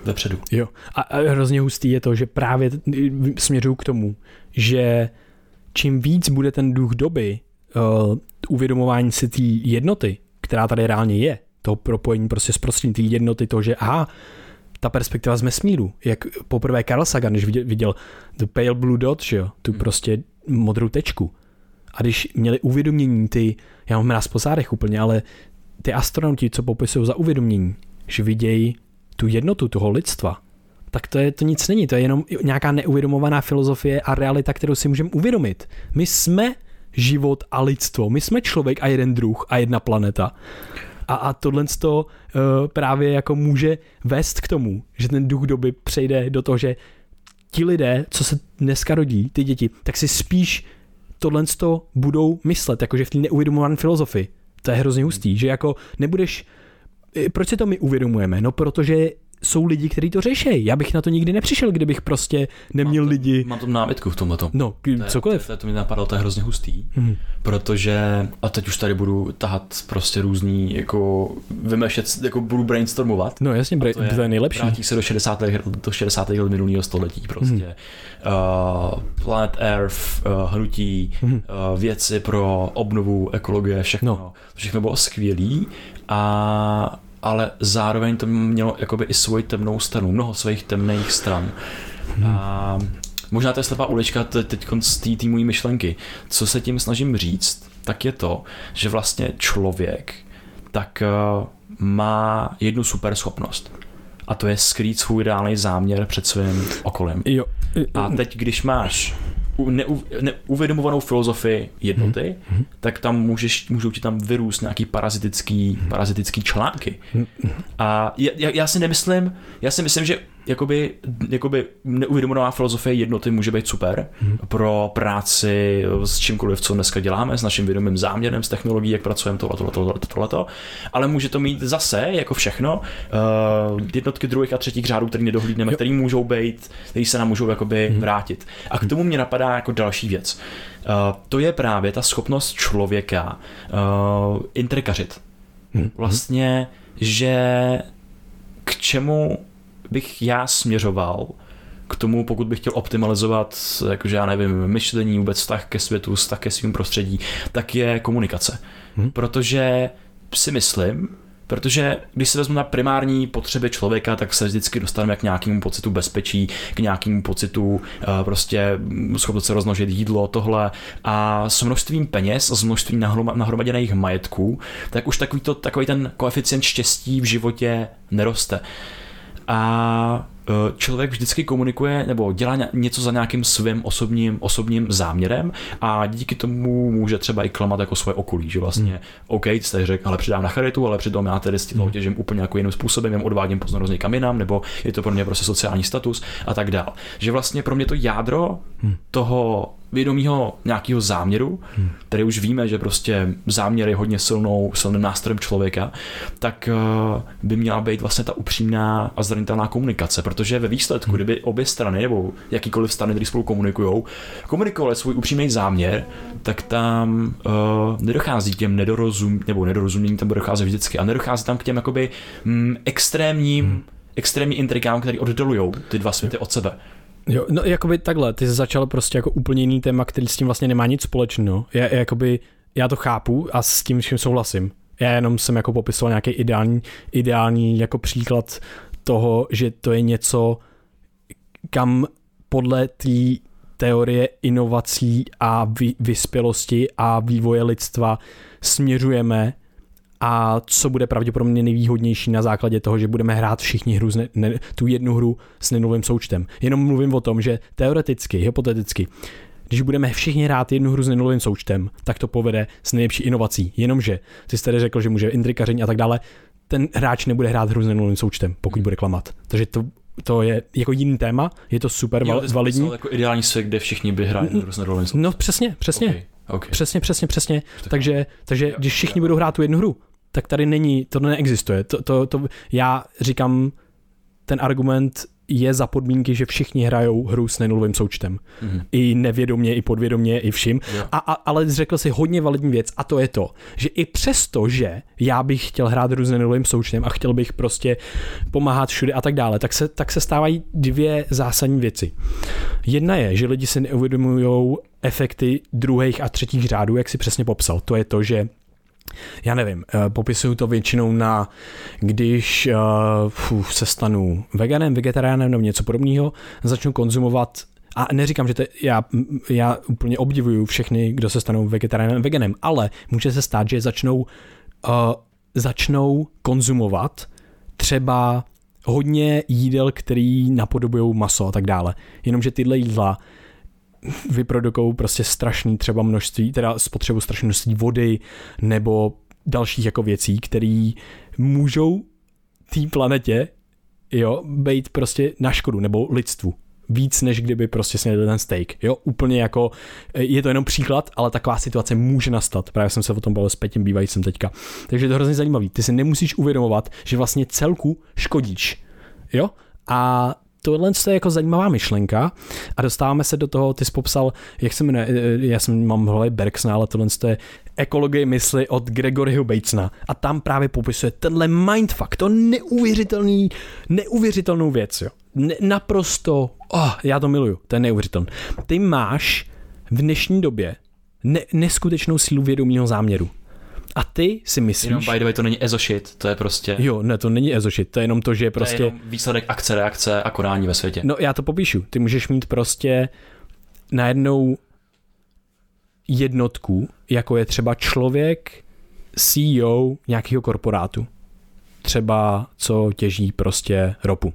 [SPEAKER 3] vepředu.
[SPEAKER 2] Jo. A, a hrozně hustý je to, že právě směřuju k tomu, že čím víc bude ten duch doby uh, uvědomování si té jednoty, která tady reálně je, toho propojení prostě s prostředím té jednoty, toho, že aha, ta perspektiva z vesmíru, jak poprvé Carl Sagan, když viděl, viděl The Pale Blue Dot, že jo, tu hmm. prostě modrou tečku. A když měli uvědomění ty, já mám mráz po zádech úplně, ale ty astronauti, co popisují za uvědomění, že vidějí tu jednotu toho lidstva, tak to, je, to nic není, to je jenom nějaká neuvědomovaná filozofie a realita, kterou si můžeme uvědomit. My jsme život a lidstvo, my jsme člověk a jeden druh a jedna planeta. A, a tohle to uh, právě jako může vést k tomu, že ten duch doby přejde do toho, že ti lidé, co se dneska rodí, ty děti, tak si spíš tohle to budou myslet, jakože v té neuvědomované filozofii. To je hrozně hustý, že jako nebudeš, proč si to my uvědomujeme? No protože jsou lidi, kteří to řeší. Já bych na to nikdy nepřišel, kdybych prostě neměl
[SPEAKER 3] mám to,
[SPEAKER 2] lidi.
[SPEAKER 3] Mám tam námitku v tomhletom.
[SPEAKER 2] No, cokoliv.
[SPEAKER 3] To, to, to mi napadlo, to je hrozně hustý,
[SPEAKER 2] hmm.
[SPEAKER 3] protože, a teď už tady budu tahat prostě různý, jako vymešet, jako budu brainstormovat.
[SPEAKER 2] No jasně, bra- to, je, to je nejlepší.
[SPEAKER 3] Vrátí se do šedesátých do šedesátých let minulého století prostě. Hmm. Uh, Planet Earth, uh, hnutí, hmm. uh, věci pro obnovu ekologie, všechno. No. Všechno bylo skvělý a ale zároveň to mělo jakoby i svoji temnou stranu, mnoho svých temných stran. Hmm. A možná to je slepá ulička teď z té té mojí myšlenky. Co se tím snažím říct, tak je to, že vlastně člověk tak uh, má jednu super schopnost. A to je skrýt svůj ideální záměr před svým okolím.
[SPEAKER 2] Jo.
[SPEAKER 3] A teď, když máš Neu, neuvědomovanou filozofii jednoty, hmm. tak tam můžeš, můžou ti tam vyrůst nějaký parazitický, hmm. parazitický články. Hmm. A já, já si nemyslím, já si myslím, že jakoby, jakoby neuvědomovaná filozofie jednoty může být super hmm. pro práci s čímkoliv, co dneska děláme, s naším vědomým záměrem, s technologií, jak pracujeme, tohle, tohle, tohle, tohle, ale může to mít zase, jako všechno, uh, jednotky druhých a třetích řádů, které nedohlídneme, které můžou být, které se nám můžou jakoby hmm. vrátit. A k tomu mě napadá jako další věc. Uh, to je právě ta schopnost člověka uh, intrikařit. Hmm. Vlastně, že k čemu bych já směřoval k tomu, pokud bych chtěl optimalizovat, jakože já nevím, myšlení, vůbec vztah ke světu, vztah ke svým prostředí, tak je komunikace. Hmm. Protože si myslím, protože když se vezmu na primární potřeby člověka, tak se vždycky dostaneme k nějakému pocitu bezpečí, k nějakému pocitu uh, prostě schopnost se rozmnožit jídlo, tohle a s množstvím peněz a s množstvím nahromaděných majetků, tak už takový, to, takový ten koeficient štěstí v životě neroste. A člověk vždycky komunikuje nebo dělá něco za nějakým svým osobním, osobním záměrem a díky tomu může třeba i klamat jako svoje okolí, že vlastně hmm. OK, jste řekl, ale přidám na charitu, ale přitom já tedy s tím hmm. těžím úplně jako jiným způsobem, jen odvádím pozornost někam jinam, nebo je to pro mě prostě sociální status a tak dál. Že vlastně pro mě to jádro hmm. toho vědomího nějakého záměru, hmm. který už víme, že prostě záměr je hodně silnou, silným nástrojem člověka, tak uh, by měla být vlastně ta upřímná a zranitelná komunikace, protože ve výsledku, hmm. kdyby obě strany nebo jakýkoliv strany, které spolu komunikujou, komunikovali svůj upřímný záměr, tak tam uh, nedochází k těm nedorozum, nebo nedorozumění, tam dochází vždycky a nedochází tam k těm jakoby mm, extrémním, hmm. extrémní intrikám, které oddalujou ty dva světy od sebe.
[SPEAKER 2] Jo, no jakoby takhle, ty jsi začal prostě jako úplně jiný téma, který s tím vlastně nemá nic společného. Já, jakoby, já to chápu a s tím vším souhlasím. Já jenom jsem jako popisoval nějaký ideální, ideální jako příklad toho, že to je něco, kam podle té teorie inovací a vy, vyspělosti a vývoje lidstva směřujeme a co bude pravděpodobně nejvýhodnější na základě toho, že budeme hrát všichni hru, ne, ne, tu jednu hru s nenulovým součtem. Jenom mluvím o tom, že teoreticky, hypoteticky, když budeme všichni hrát jednu hru s nenulovým součtem, tak to povede s nejlepší inovací. Jenomže, ty jsi tady řekl, že může intrikaření a tak dále, ten hráč nebude hrát hru s nenulovým součtem, pokud bude klamat. Takže to to je jako jiný téma, je to super jo, val, validní.
[SPEAKER 3] Jako ideální svět, kde všichni by hráli hru s nenulovým součtem.
[SPEAKER 2] No přesně, přesně. Okay, okay. Přesně, přesně, přesně. Takže, takže když všichni budou hrát tu jednu hru, tak tady není, to neexistuje. To, to, to, já říkám, ten argument je za podmínky, že všichni hrajou hru s nenulovým součtem. Mm. I nevědomě, i podvědomě, i vším. A, a, ale řekl si hodně validní věc a to je to, že i přesto, že já bych chtěl hrát hru s nenulovým součtem a chtěl bych prostě pomáhat všude a tak dále, tak se, tak se stávají dvě zásadní věci. Jedna je, že lidi si neuvědomují efekty druhých a třetích řádů, jak si přesně popsal. To je to, že já nevím, popisuju to většinou na, když uh, fů, se stanu veganem, vegetariánem nebo něco podobného, začnu konzumovat, a neříkám, že to já, já úplně obdivuju všechny, kdo se stanou vegetariánem, veganem, ale může se stát, že začnou, uh, začnou konzumovat třeba hodně jídel, který napodobují maso a tak dále. Jenomže tyhle jídla vyprodukují prostě strašný třeba množství, teda spotřebu strašné množství vody nebo dalších jako věcí, které můžou té planetě, jo, být prostě na škodu nebo lidstvu. Víc, než kdyby prostě snědli ten steak. Jo, úplně jako, je to jenom příklad, ale taková situace může nastat. Právě jsem se o tom bavil s Petím bývajícím teďka. Takže je to hrozně zajímavý. Ty si nemusíš uvědomovat, že vlastně celku škodíš. Jo? A tohle je jako zajímavá myšlenka a dostáváme se do toho, ty jsi popsal, jak se jmenuje, já jsem mám v hlavě Bergsona, ale tohle je ekologie mysli od Gregoryho Batesona a tam právě popisuje tenhle mindfuck, to neuvěřitelný, neuvěřitelnou věc, jo. Ne, naprosto, oh, já to miluju, to je neuvěřitelné. Ty máš v dnešní době ne, neskutečnou sílu vědomího záměru. A ty si myslíš...
[SPEAKER 3] Jenom by the way, to není ezoshit, to je prostě...
[SPEAKER 2] Jo, ne, to není ezoshit, to je jenom to, že je prostě...
[SPEAKER 3] To je jenom výsledek akce, reakce a konání ve světě.
[SPEAKER 2] No já to popíšu. Ty můžeš mít prostě najednou jednotku, jako je třeba člověk C E O nějakého korporátu. Třeba co těží prostě ropu.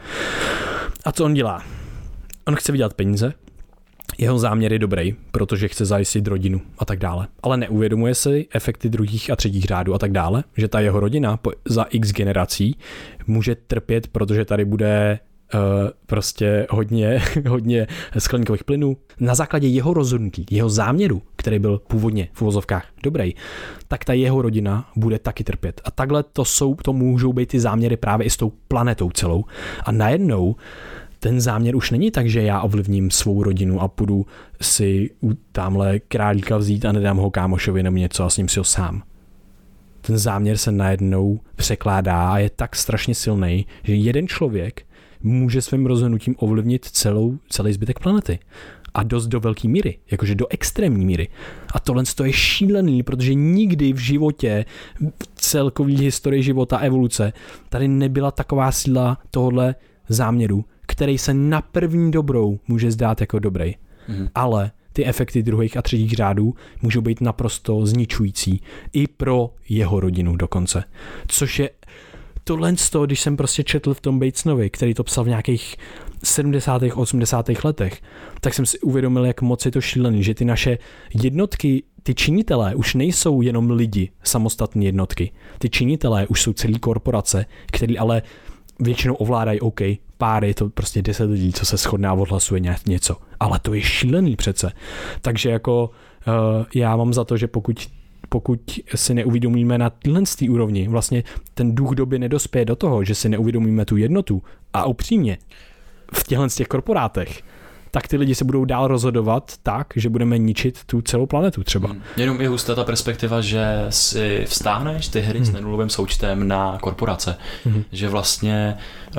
[SPEAKER 2] A co on dělá? On chce vydělat peníze, jeho záměr je dobrý, protože chce zajistit rodinu a tak dále. Ale neuvědomuje si efekty druhých a třetích řádů a tak dále, že ta jeho rodina za x generací může trpět, protože tady bude uh, prostě hodně, hodně skleníkových plynů. Na základě jeho rozhodnutí, jeho záměru, který byl původně v uvozovkách dobrý, tak ta jeho rodina bude taky trpět. A takhle to jsou, to můžou být ty záměry právě i s tou planetou celou. A najednou ten záměr už není tak, že já ovlivním svou rodinu a půjdu si tamhle králíka vzít a nedám ho kámošovi nebo něco a s ním si ho sám. Ten záměr se najednou překládá a je tak strašně silný, že jeden člověk může svým rozhodnutím ovlivnit celou, celý zbytek planety. A dost do velké míry, jakože do extrémní míry. A tohle je šílený, protože nikdy v životě, v celkové historii života, evoluce, tady nebyla taková síla tohohle záměru, který se na první dobrou může zdát jako dobrý. Mm. Ale ty efekty druhých a třetích řádů můžou být naprosto zničující i pro jeho rodinu dokonce. Což je tohle z toho, když jsem prostě četl v tom Batesnovi, který to psal v nějakých sedmdesátých, osmdesátých letech, tak jsem si uvědomil, jak moc je to šílený, že ty naše jednotky, ty činitelé už nejsou jenom lidi, samostatné jednotky. Ty činitelé už jsou celý korporace, který ale většinou ovládají, OK, pár je to prostě deset lidí, co se shodne a odhlasuje něco. Ale to je šílený přece. Takže jako uh, já mám za to, že pokud, pokud si neuvědomíme na téhle úrovni, vlastně ten duch doby nedospěje do toho, že si neuvědomíme tu jednotu a upřímně v těchhle těch korporátech, tak ty lidi se budou dál rozhodovat tak, že budeme ničit tu celou planetu třeba. Hmm.
[SPEAKER 3] Jenom je hustá ta perspektiva, že si vztáhneš ty hry hmm. s nenulovým součtem na korporace. Hmm. Že vlastně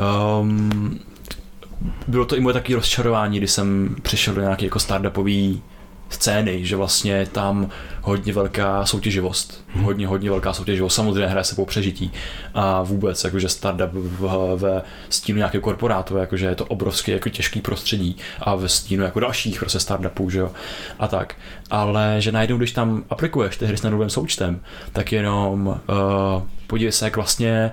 [SPEAKER 3] um, bylo to i moje takové rozčarování, když jsem přišel do nějaké jako startupový scény, že vlastně je tam hodně velká soutěživost. Hmm. Hodně, hodně velká soutěživost. Samozřejmě hraje se po přežití. A vůbec, jakože startup ve stínu nějakého korporátu, jakože je to obrovský jako těžký prostředí a ve stínu jako dalších prostě startupů, že jo. A tak. Ale že najednou, když tam aplikuješ ty hry s nenulovým součtem, tak jenom uh, podívej se, jak vlastně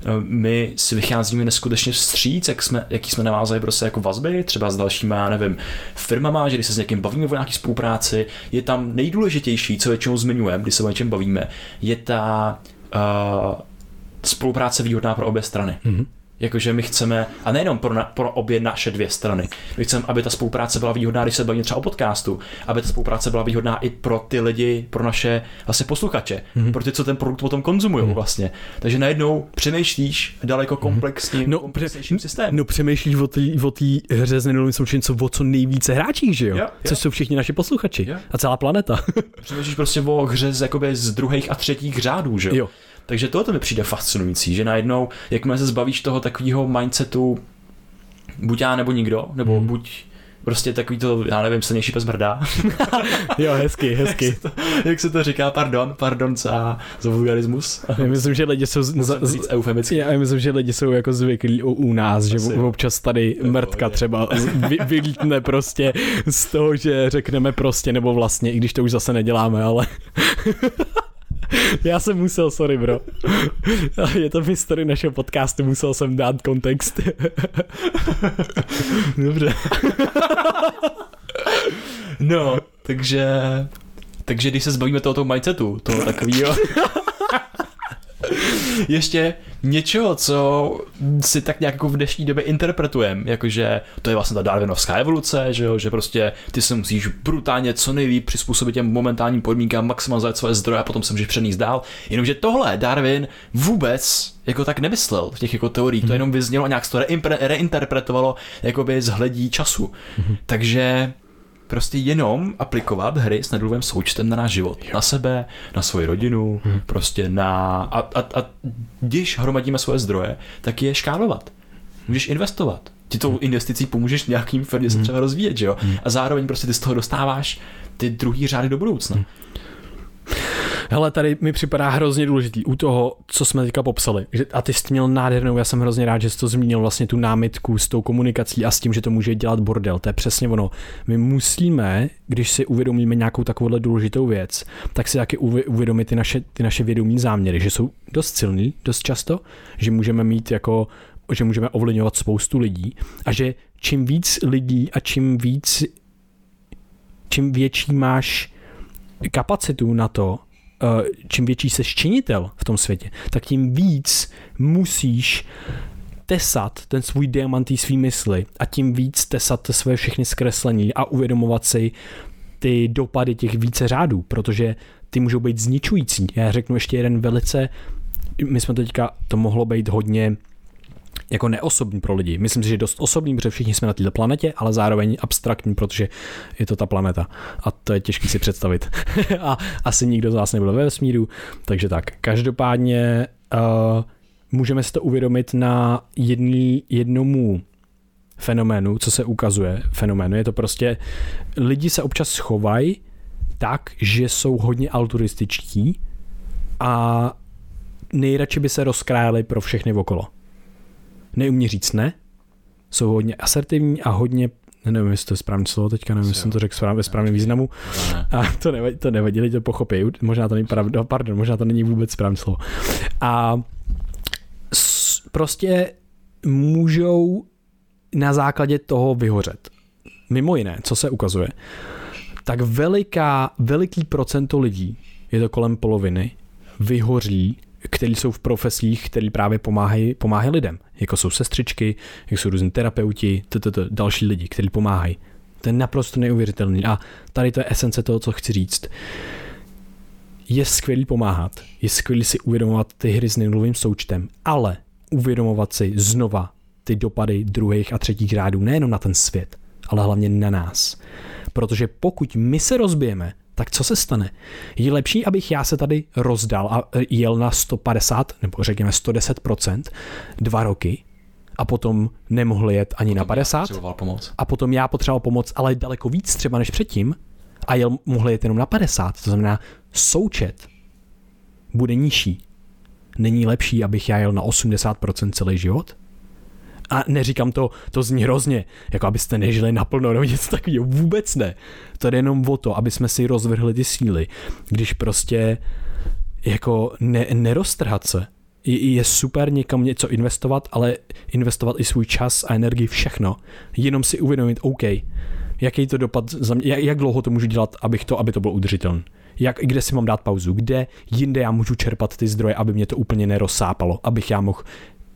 [SPEAKER 3] my si vycházíme neskutečně vstříc, jak jsme, jaký jsme navázali prostě jako vazby, třeba s dalšíma, já nevím, firmama, že když se s někým bavíme o nějaké spolupráci, je tam nejdůležitější, co většinou zmiňujeme, když se o něčem bavíme, je ta uh, spolupráce výhodná pro obě strany. Mm-hmm. Jakože my chceme, a nejenom pro, na, pro obě naše dvě strany, my chceme, aby ta spolupráce byla výhodná, když se bavíme třeba o podcastu, aby ta spolupráce byla výhodná i pro ty lidi, pro naše vlastně posluchače, mm-hmm. pro ty, co ten produkt potom konzumují mm-hmm. vlastně. Takže najednou přemýšlíš daleko komplexním,
[SPEAKER 2] no,
[SPEAKER 3] komplexnějším systémem.
[SPEAKER 2] No přemýšlíš o té hře s nenulovým součtem, co o co nejvíce hráčích, že jo? jo, jo. Což jsou všichni naši posluchači jo. a celá planeta.
[SPEAKER 3] Přemýšlíš prostě o hře z, jakoby, z druhých a třetích řádů, že jo? Takže tohle mi přijde fascinující, že najednou, jakmile se zbavíš toho takového mindsetu buď já nebo nikdo, nebo hmm. buď prostě takový to, já nevím, silnější pes brdá.
[SPEAKER 2] Jo, hezky, hezky.
[SPEAKER 3] Jak se to, jak se to říká, pardon, pardon za, za vulgarismus.
[SPEAKER 2] Já myslím, že lidi jsou z,
[SPEAKER 3] z, eufemicky.
[SPEAKER 2] Já myslím, že lidi jsou jako zvyklí u, u nás, asi, že občas tady mrtka třeba vy, vylítne prostě z toho, že řekneme prostě, nebo vlastně, i když to už zase neděláme, ale... Já jsem musel, sorry bro. Je to v historii našeho podcastu, musel jsem dát kontext.
[SPEAKER 3] Dobře. No, takže... Takže když se zbavíme tohoto mindsetu, toho takovýho... Ještě něčeho, co si tak nějak jako v dnešní době interpretujeme, jakože to je vlastně ta darwinovská evoluce, že jo, že prostě ty se musíš brutálně co nejlíp přizpůsobit těm momentálním podmínkám, maximalizovat svoje zdroje a potom se můžeš přenést dál. Jenomže tohle Darwin vůbec jako tak nemyslel v těch jako teoriích, to jenom vyznělo a nějak se to reimpre- reinterpretovalo jakoby z hledí času. Mm-hmm. Takže prostě jenom aplikovat hry s nenulovým součtem na náš život. Na sebe, na svoji rodinu, hmm. prostě na... A, a, a když hromadíme svoje zdroje, tak je škálovat. Můžeš investovat. Ti tou investicí pomůžeš nějakým firmě se
[SPEAKER 2] hmm.
[SPEAKER 3] třeba rozvíjet, že jo?
[SPEAKER 2] Hmm.
[SPEAKER 3] A zároveň prostě ty z toho dostáváš ty druhý řády do budoucna. Hmm.
[SPEAKER 2] Hele, tady mi připadá hrozně důležitý u toho, co jsme teďka popsali. Že, a ty jsi měl nádhernou, já jsem hrozně rád, že jsi to zmínil vlastně tu námitku s tou komunikací a s tím, že to může dělat bordel. To je přesně ono. My musíme, když si uvědomíme nějakou takovouhle důležitou věc, tak si taky uvědomit ty naše, ty naše vědomí záměry, že jsou dost silný, dost často, že můžeme mít jako, že můžeme ovlivňovat spoustu lidí a že čím víc lidí a čím víc, čím větší máš kapacitu na to, čím větší seš činitel v tom světě, tak tím víc musíš tesat ten svůj diamantý svý mysli a tím víc tesat své všechny zkreslení a uvědomovat si ty dopady těch více řádů, protože ty můžou být zničující. Já řeknu ještě jeden velice, my jsme teďka, to mohlo být hodně jako neosobní pro lidi. Myslím si, že dost osobní, protože všichni jsme na této planetě, ale zároveň abstraktní, protože je to ta planeta a to je těžké si představit. A asi nikdo z nás nebyl ve vesmíru, takže tak. Každopádně uh, můžeme si to uvědomit na jedný, jednomu fenoménu, co se ukazuje fenoménu. Je to prostě, lidi se občas schovají tak, že jsou hodně altruističtí a nejradši by se rozkrájeli pro všechny okolo. Neumí říct ne, jsou hodně asertivní a hodně, nevím, jestli to je správné slovo teďka, nevím, jestli jsem to řekl ve správném významu. A to nevadí, to nevadí, lidi to pochopí, možná to není pravda, pardon, možná to není vůbec správné slovo. A prostě můžou na základě toho vyhořet. Mimo jiné, co se ukazuje, tak veliká, veliký procento lidí, je to kolem poloviny, vyhoří, kteří jsou v profesích, který právě pomáhají, pomáhají lidem. Jako jsou sestřičky, jako jsou různí terapeuti, ttt, další lidi, kteří pomáhají. To je naprosto neuvěřitelný. A tady to je esence toho, co chci říct. Je skvělý pomáhat, je skvělý si uvědomovat ty hry s nenulovým součtem, ale uvědomovat si znova ty dopady druhých a třetích řádů nejenom na ten svět, ale hlavně na nás. Protože pokud my se rozbijeme, tak co se stane? Je lepší, abych já se tady rozdal a jel na sto padesát nebo řekněme sto deset procent dva roky a potom nemohl jet ani na padesát a potom já potřeboval pomoc, ale daleko víc třeba než předtím a jel, mohl jet jenom na padesát, to znamená součet bude nižší. Není lepší, abych já jel na osmdesát procent celý život? A neříkám to, to zní hrozně, jako abyste nežili naplno nebo něco takového, vůbec ne. To je jenom o to, aby jsme si rozvrhli ty síly, když prostě jako ne, neroztrhat se. Je, je super někam něco investovat, ale investovat i svůj čas a energii, všechno. Jenom si uvědomit, OK, jaký to dopad, za mě, jak, jak dlouho to můžu dělat, abych to, aby to bylo udržitelné. Jak, kde si mám dát pauzu, kde jinde já můžu čerpat ty zdroje, aby mě to úplně nerozsápalo, abych já mohl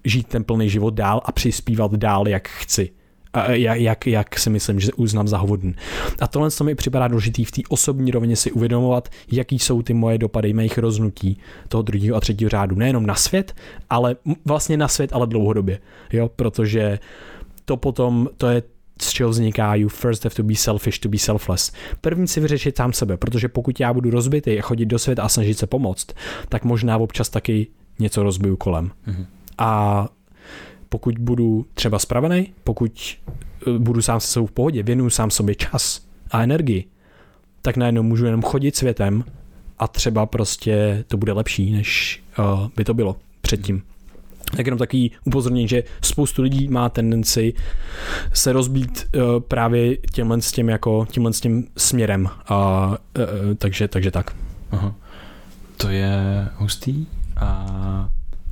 [SPEAKER 2] žít ten plný život dál a přispívat dál, jak chci. A jak, jak si myslím, že uznám za hodný. A tohle to mi připadá důležitý v té osobní rovině si uvědomovat, jaký jsou ty moje dopady, mých rozhodnutí toho druhého a třetího řádu. Nejenom na svět, ale vlastně na svět, ale dlouhodobě. Jo, protože to potom, to je z čeho vzniká you first have to be selfish to be selfless. První si vyřešit sám sebe, protože pokud já budu rozbitý a chodit do světa a snažit se pomoct, tak možná občas taky něco rozbiju kolem. Mm-hmm. A pokud budu třeba spravený, pokud budu sám se sebou v pohodě, věnuju sám sobě čas a energii, tak najednou můžu jenom chodit světem a třeba prostě to bude lepší, než uh, by to bylo předtím. Tak jenom takový upozornění, že spoustu lidí má tendenci se rozbít uh, právě tímhle s tím jako tímhle s tím směrem. A, uh, uh, takže, takže tak.
[SPEAKER 3] Aha. To je hustý a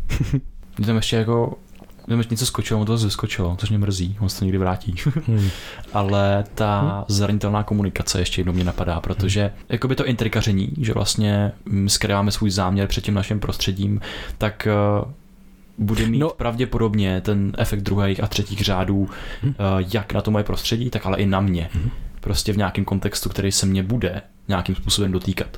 [SPEAKER 3] mě tam ještě jako Když něco skočilo, mu to zeskočilo, což mě mrzí, on se to někdy vrátí. Hmm. Ale ta hmm. zranitelná komunikace ještě jednou mě napadá, protože hmm. jakoby to intrikaření, že vlastně skrýváme svůj záměr před tím naším prostředím, tak uh, bude mít no. pravděpodobně ten efekt druhých a třetích řádů hmm. uh, jak na to moje prostředí, tak ale i na mě. Hmm. Prostě v nějakém kontextu, který se mě bude nějakým způsobem dotýkat.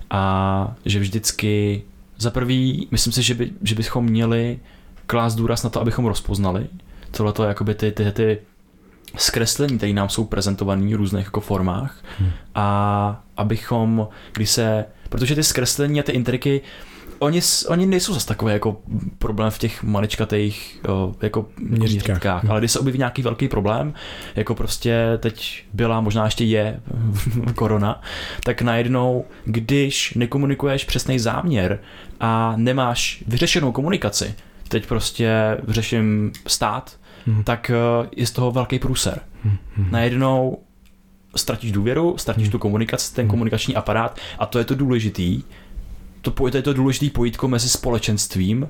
[SPEAKER 3] A že vždycky za prvý, myslím si, že, by, že bychom měli klást důraz na to, abychom rozpoznali tohleto jakoby ty, ty, ty zkreslení, které nám jsou prezentované v různých jako formách hmm. a abychom, když se, protože ty zkreslení a ty intriky, oni, oni nejsou zase takové jako problém v těch maličkatých jako měřítkách, hmm. ale když se objeví nějaký velký problém, jako prostě teď byla, možná ještě je korona, tak najednou, když nekomunikuješ přesný záměr a nemáš vyřešenou komunikaci, teď prostě řeším stát, hmm. tak je z toho velký průser. Hmm. Najednou ztratíš důvěru, ztratíš hmm. tu komunikaci, ten komunikační aparát a to je to důležitý. To, to je to důležitý pojítko mezi společenstvím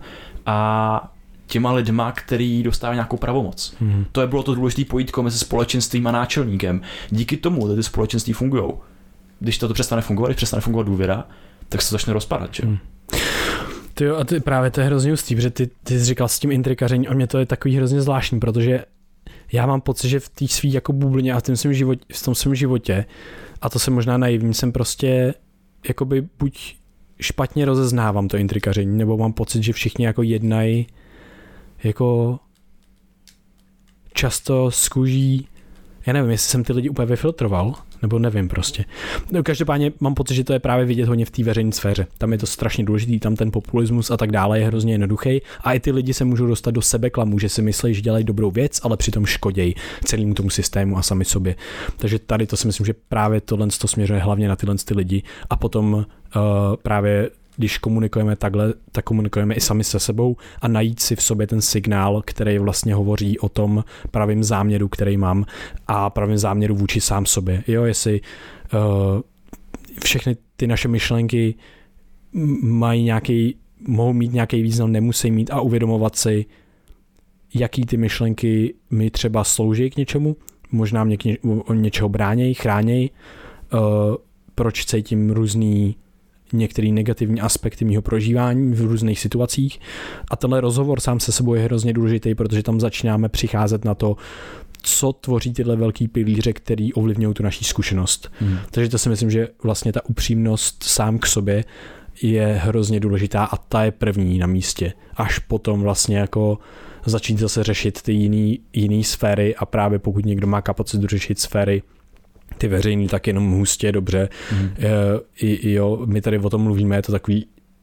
[SPEAKER 3] a těma lidma, který dostávají nějakou pravomoc. Hmm. To je bylo to důležitý pojítko mezi společenstvím a náčelníkem. Díky tomu ty společenství fungujou. Když to přestane fungovat, když přestane fungovat důvěra, tak se to začne rozpadat. Že? Hmm.
[SPEAKER 2] Ty jo, a ty, právě to je hrozně hustý, protože ty, ty jsi říkal s tím intrikařením a mě to je takový hrozně zvláštní, protože já mám pocit, že v té svý jako bublině a v tom svém životě, v tom svém životě, a to jsem možná naivní, jsem prostě jakoby buď špatně rozeznávám to intrikaření, nebo mám pocit, že všichni jako jednají jako často z kůží, já nevím, jestli jsem ty lidi úplně vyfiltroval, nebo nevím prostě. No, každopádně mám pocit, že to je právě vidět hodně v té veřejné sféře. Tam je to strašně důležitý, tam ten populismus a tak dále je hrozně jednoduchý a i ty lidi se můžou dostat do sebeklamu, že si myslí, že dělají dobrou věc, ale přitom škodějí celému tomu systému a sami sobě. Takže tady to si myslím, že právě tohle to směřuje hlavně na tyhle ty lidi a potom uh, právě když komunikujeme takhle, tak komunikujeme i sami se sebou a najít si v sobě ten signál, který vlastně hovoří o tom pravým záměru, který mám a pravým záměru vůči sám sobě. Jo, jestli uh, všechny ty naše myšlenky mají nějaký, mohou mít nějaký význam, nemusí mít a uvědomovat si, jaký ty myšlenky mi třeba slouží k něčemu, možná mě k ně, něčeho bránějí, chránějí, uh, proč cítím různý některé negativní aspekty mého prožívání v různých situacích a tenhle rozhovor sám se sebou je hrozně důležitý, protože tam začínáme přicházet na to, co tvoří tyhle velký pilíře, který ovlivňují tu naší zkušenost. Hmm. Takže to si myslím, že vlastně ta upřímnost sám k sobě je hrozně důležitá a ta je první na místě. Až potom vlastně jako začít zase řešit ty jiný, jiný sféry a právě pokud někdo má kapacitu řešit sféry ty veřejný, tak jenom hustě, dobře. Mm. I, i jo, my tady o tom mluvíme, je to takový,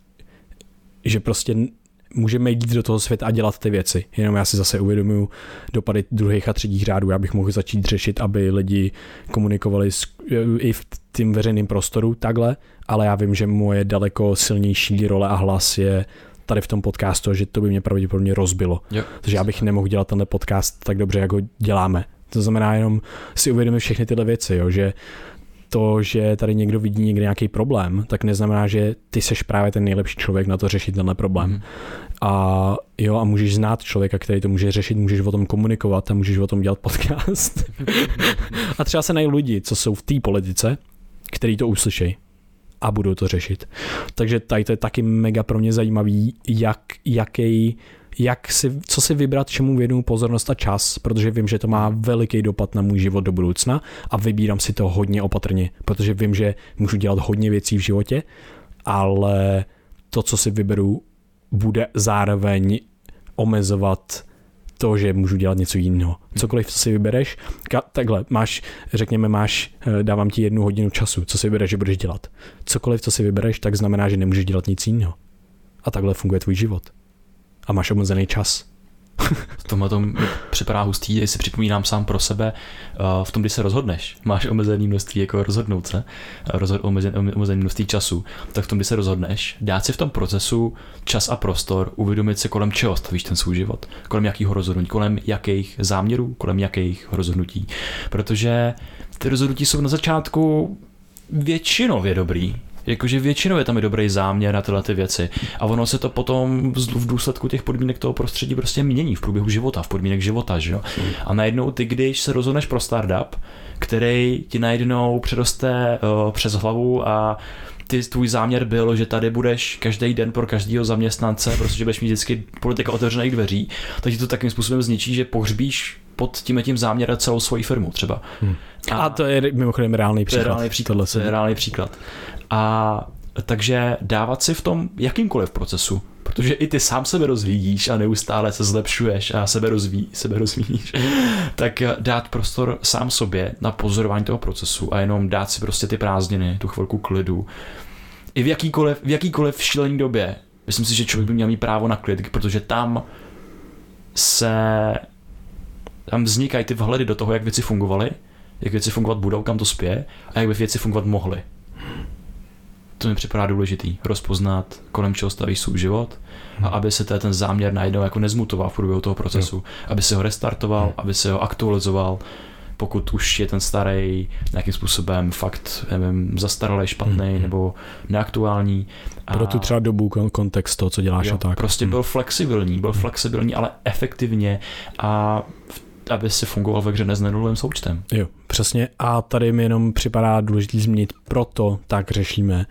[SPEAKER 2] že prostě můžeme jít do toho světa a dělat ty věci. Jenom já si zase uvědomuju dopady druhých a třetích řádů. Já bych mohl začít řešit, aby lidi komunikovali s, i v tím veřejném prostoru takhle, ale já vím, že moje daleko silnější role a hlas je tady v tom podcastu, že to by mě pravděpodobně rozbilo. Jo. Takže já bych nemohl dělat tenhle podcast tak dobře, jak ho děláme. To znamená jenom si uvědomit všechny tyhle věci, jo, že to, že tady někdo vidí někde nějaký problém, tak neznamená, že ty seš právě ten nejlepší člověk na to řešit tenhle problém. Mm. A jo, a můžeš znát člověka, který to může řešit, můžeš o tom komunikovat a můžeš o tom dělat podcast. A třeba se najít lidi, co jsou v té politice, který to uslyšejí a budou to řešit. Takže tady to je taky mega pro mě zajímavý, jak, jaký jak si, co si vybrat, čemu věnu pozornost a čas, protože vím, že to má veliký dopad na můj život do budoucna a vybírám si to hodně opatrně, protože vím, že můžu dělat hodně věcí v životě, ale to, co si vyberu, bude zároveň omezovat to, že můžu dělat něco jiného. Cokoliv, co si vybereš, ka- takhle, máš, řekněme, máš, dávám ti jednu hodinu času, co si vybereš, že budeš dělat. Cokoliv, co si vybereš, tak znamená, že nemůžeš dělat nic jiného. A takhle funguje tvůj život. A máš omezený čas.
[SPEAKER 3] V tomhle tom připadá hustý, když si připomínám sám pro sebe, v tom, kdy se rozhodneš, máš omezené množství, jako rozhodnout se, rozhod, omezené, omezené množství času, tak v tom, kdy se rozhodneš, dát si v tom procesu čas a prostor, uvědomit si, kolem čeho stavíš ten svůj život, kolem jakého rozhodnutí, kolem jakých záměrů, kolem jakých rozhodnutí, protože ty rozhodnutí jsou na začátku většinově dobrý. Jakože většinou je tam i dobrý záměr na tyhle ty věci a ono se to potom v důsledku těch podmínek toho prostředí prostě mění v průběhu života, v podmínek života, že jo. A najednou ty, když se rozhodneš pro startup, který ti najednou přeroste uh, přes hlavu a ty, tvůj záměr byl, že tady budeš každý den pro každého zaměstnance, protože budeš mít vždycky politika otevřených dveří, tak ti to takým způsobem zničí, že pohřbíš pod tím tím záměrem celou svoji firmu třeba.
[SPEAKER 2] Hmm. A, a to je mimochodem reálný příklad.
[SPEAKER 3] To je reálný příklad. To je reálný příklad. A takže dávat si v tom jakýmkoliv procesu, protože i ty sám sebe rozvíjíš a neustále se zlepšuješ a sebe, rozví, sebe rozvíjíš, tak dát prostor sám sobě na pozorování toho procesu a jenom dát si prostě ty prázdniny, tu chvilku klidu. I v jakýkoliv, v jakýkoliv šílený době. Myslím si, že člověk by měl mít právo na klid, protože tam se tam vznikají ty vhledy do toho, jak věci fungovaly, jak věci fungovat budou, kam to spěje a jak by věci fungovat mohly. To mi připadá důležitý, rozpoznat, kolem čeho stavíš svůj život a aby se ten záměr najednou jako nezmutoval v průběhu toho procesu, aby se ho restartoval, aby se ho aktualizoval, pokud už je ten starý nějakým způsobem fakt, nevím, zastaralý, špatný hmm. nebo neaktuální. A
[SPEAKER 2] pro tu třeba dobu, kontext toho, co děláš
[SPEAKER 3] jo,
[SPEAKER 2] a tak.
[SPEAKER 3] Prostě hmm. byl flexibilní, byl flexibilní, ale efektivně a aby si fungoval ve hře s nenulovým součtem.
[SPEAKER 2] Jo, přesně. A tady mi jenom připadá důležitý zmínit, proto tak řešíme,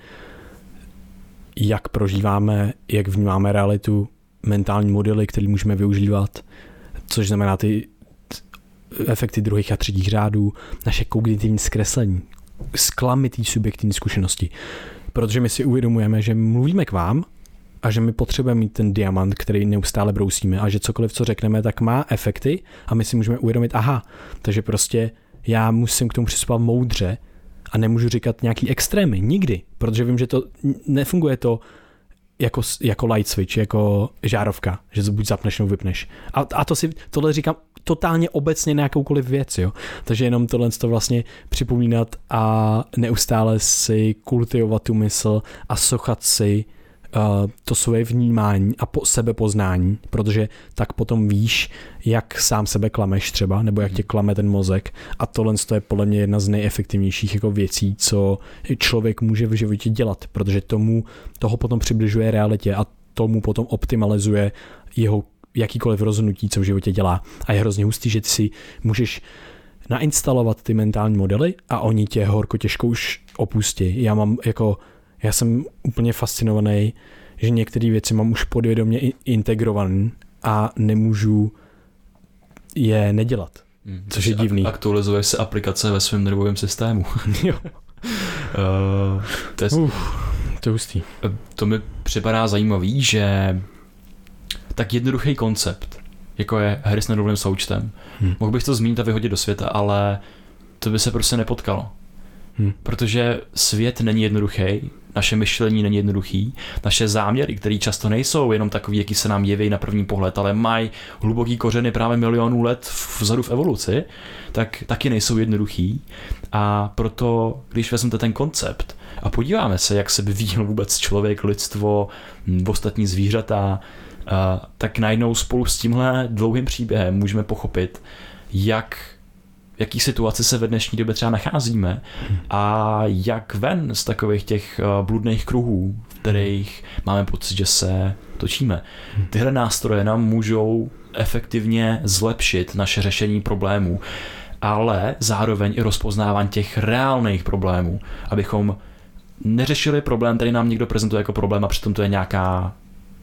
[SPEAKER 2] jak prožíváme, jak vnímáme realitu, mentální modely, které můžeme využívat, což znamená ty efekty druhých a třetích řádů, naše kognitivní zkreslení, zklamitý subjektivní zkušenosti. Protože my si uvědomujeme, že mluvíme k vám a že my potřebujeme mít ten diamant, který neustále brousíme a že cokoliv, co řekneme, tak má efekty a my si můžeme uvědomit, aha, takže prostě já musím k tomu přistupovat moudře a nemůžu říkat nějaký extrémy, nikdy, protože vím, že to nefunguje to jako, jako light switch, jako žárovka, že to buď zapneš nebo vypneš. A, a to si, tohle říkám totálně obecně na jakoukoliv věc, jo. Takže jenom tohle to vlastně připomínat a neustále si kultivovat tu mysl a sochat si uh, to svoje vnímání a po, sebepoznání, protože tak potom víš, jak sám sebe klameš třeba, nebo jak tě klame ten mozek a tohle je podle mě jedna z nejefektivnějších jako věcí, co člověk může v životě dělat, protože tomu toho potom přibližuje realitě a tomu potom optimalizuje jeho jakýkoliv rozhodnutí, co v životě dělá. A je hrozně hustý, že ty si můžeš nainstalovat ty mentální modely a oni tě horko těžko už opustí. Já mám jako, já jsem úplně fascinovaný, že některé věci mám už podvědomě integrované a nemůžu je nedělat. Mm, což je divný.
[SPEAKER 3] Aktualizuješ se aplikace ve svém nervovém systému.
[SPEAKER 2] Jo.
[SPEAKER 3] uh, to, je,
[SPEAKER 2] Uf, to je hustý.
[SPEAKER 3] To mi připadá zajímavý, že tak jednoduchý koncept, jako je hry s nenulovým součtem. Hmm. Mohl bych to zmínit a vyhodit do světa, ale to by se prostě nepotkalo. Hmm. Protože svět není jednoduchý, naše myšlení není jednoduchý, naše záměry, které často nejsou jenom takový, jaký se nám jeví na první pohled, ale mají hluboký kořeny právě milionů let vzadu v evoluci, tak taky nejsou jednoduchý. A proto, když vezmete ten koncept a podíváme se, jak se vyvíjel vůbec člověk, lidstvo, ostatní zvířata, Uh, tak najednou spolu s tímhle dlouhým příběhem můžeme pochopit, jak, v jaký situaci se ve dnešní době třeba nacházíme a jak ven z takových těch uh, bludných kruhů, v kterých máme pocit, že se točíme. Tyhle nástroje nám můžou efektivně zlepšit naše řešení problémů, ale zároveň i rozpoznávání těch reálných problémů, abychom neřešili problém, který nám někdo prezentuje jako problém a přitom to je nějaká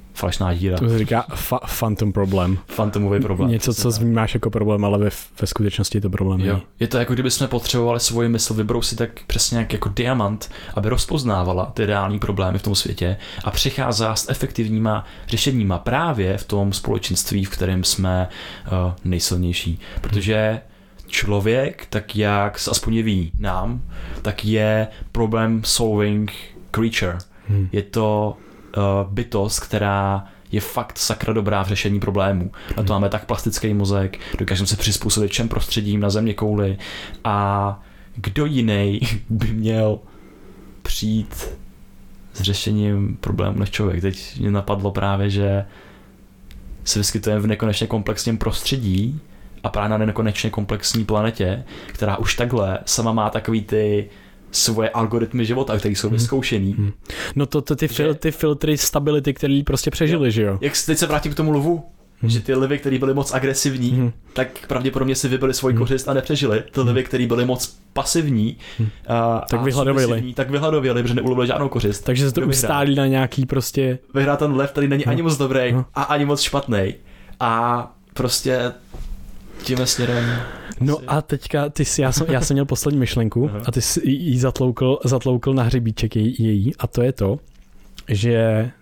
[SPEAKER 3] falešná díra.
[SPEAKER 2] To se říká fa- phantom problem.
[SPEAKER 3] Fantomový problém.
[SPEAKER 2] Něco, co vnímáš jako problém, ale ve, ve skutečnosti je to problém.
[SPEAKER 3] Jo. Je to jako kdyby jsme potřebovali svoji mysl vybrousit tak přesně jak jako diamant, aby rozpoznávala ty reální problémy v tom světě a přicházela s efektivníma řešeníma právě v tom společenství, v kterém jsme uh, nejsilnější. Protože člověk, tak jak se aspoň jeví nám, tak je problem solving creature. Hmm. Je to uh, bytost, která je fakt sakra dobrá v řešení problémů. Na to máme tak plastický mozek, dokážeme se přizpůsobit všem prostředím na země kouli a kdo jiný by měl přijít s řešením problémů než člověk. Teď mě napadlo právě, že se vyskytujeme v nekonečně komplexním prostředí a právě na nekonečně komplexní planetě, která už takhle sama má takový ty svoje algoritmy života, které jsou vyzkoušený.
[SPEAKER 2] Hmm. No to, to ty,
[SPEAKER 3] že...
[SPEAKER 2] fil, ty filtry stability, které prostě přežili, jo. že jo?
[SPEAKER 3] Jak teď se vrátím k tomu lovu, hmm. že ty lvy, které byly moc agresivní, hmm. tak pravděpodobně si vybili svoji hmm. kořist a nepřežili. Ty lvy, které byly moc pasivní hmm. a,
[SPEAKER 2] tak vyhladověli.
[SPEAKER 3] Tak vyhladověli, protože neulovili žádnou kořist.
[SPEAKER 2] Takže se to ustálí na nějaký prostě...
[SPEAKER 3] Vyhrá ten lev, který není hmm. ani moc dobrý hmm. a ani moc špatný. A prostě tím směrem...
[SPEAKER 2] No a teďka, ty jsi, já, jsem, já jsem měl poslední myšlenku a ty jsi jí zatloukl, zatloukl na hřebíček její, její a to je to, že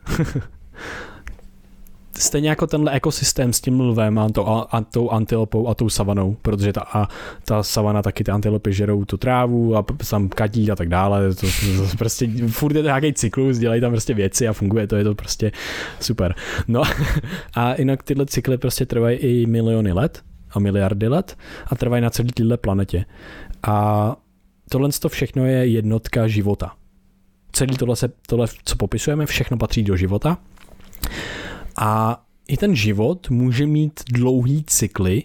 [SPEAKER 2] stejně jako tenhle ekosystém s tím lvem a, to, a, a tou antilopou a tou savanou, protože ta, a, ta savana taky ty antilopy žerou tu trávu a tam kadí a tak dále, to, to, to prostě furt je to nějaký cyklus, dělají tam prostě věci a funguje to, je to prostě super. No a jinak tyhle cykly prostě trvají i miliony let a miliardy let a trvají na celé téhle planetě. A tohle to všechno je jednotka života. Celý tohle, se, tohle, co popisujeme, všechno patří do života. A i ten život může mít dlouhý cykly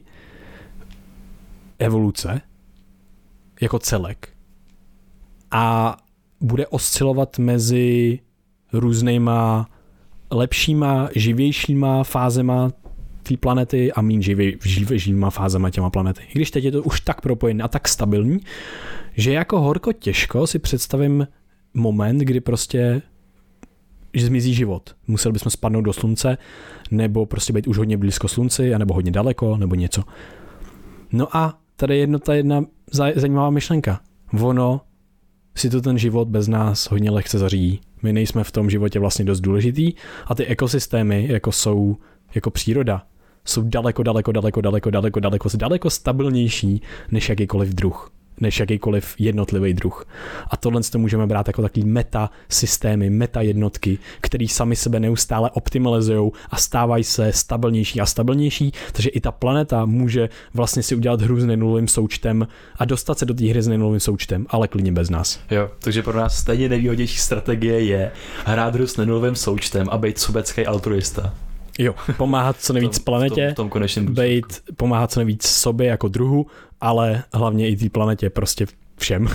[SPEAKER 2] evoluce jako celek. A bude oscilovat mezi různýma lepšíma, živějšíma fázema té planety a méně živý, živýma fázema těma planety. I když teď je to už tak propojené a tak stabilní, že jako horko těžko si představím moment, kdy prostě že zmizí život. Museli bychom spadnout do slunce, nebo prostě být už hodně blízko slunci, anebo hodně daleko, nebo něco. No a tady je jedno, ta jedna zajímavá myšlenka. Ono si to ten život bez nás hodně lehce zařídí. My nejsme v tom životě vlastně dost důležitý a ty ekosystémy, jako jsou jako příroda, jsou daleko, daleko, daleko, daleko, daleko, daleko, daleko stabilnější než jakýkoliv druh, než jakýkoliv jednotlivý druh. A tohle to můžeme brát jako takový meta systémy, meta jednotky, které sami sebe neustále optimalizují a stávají se stabilnější a stabilnější, takže i ta planeta může vlastně si udělat hru s nenulovým součtem a dostat se do té hry s nenulovým součtem, ale klidně bez nás.
[SPEAKER 3] Jo, takže pro nás stejně nejvýhodnější strategie je hrát hru s nenulovým součtem a být sobecký altruista.
[SPEAKER 2] Jo, pomáhat co nejvíc
[SPEAKER 3] v tom,
[SPEAKER 2] planetě,
[SPEAKER 3] v tom, v tom
[SPEAKER 2] být, pomáhat co nejvíc sobě jako druhu, ale hlavně i té planetě, prostě všem.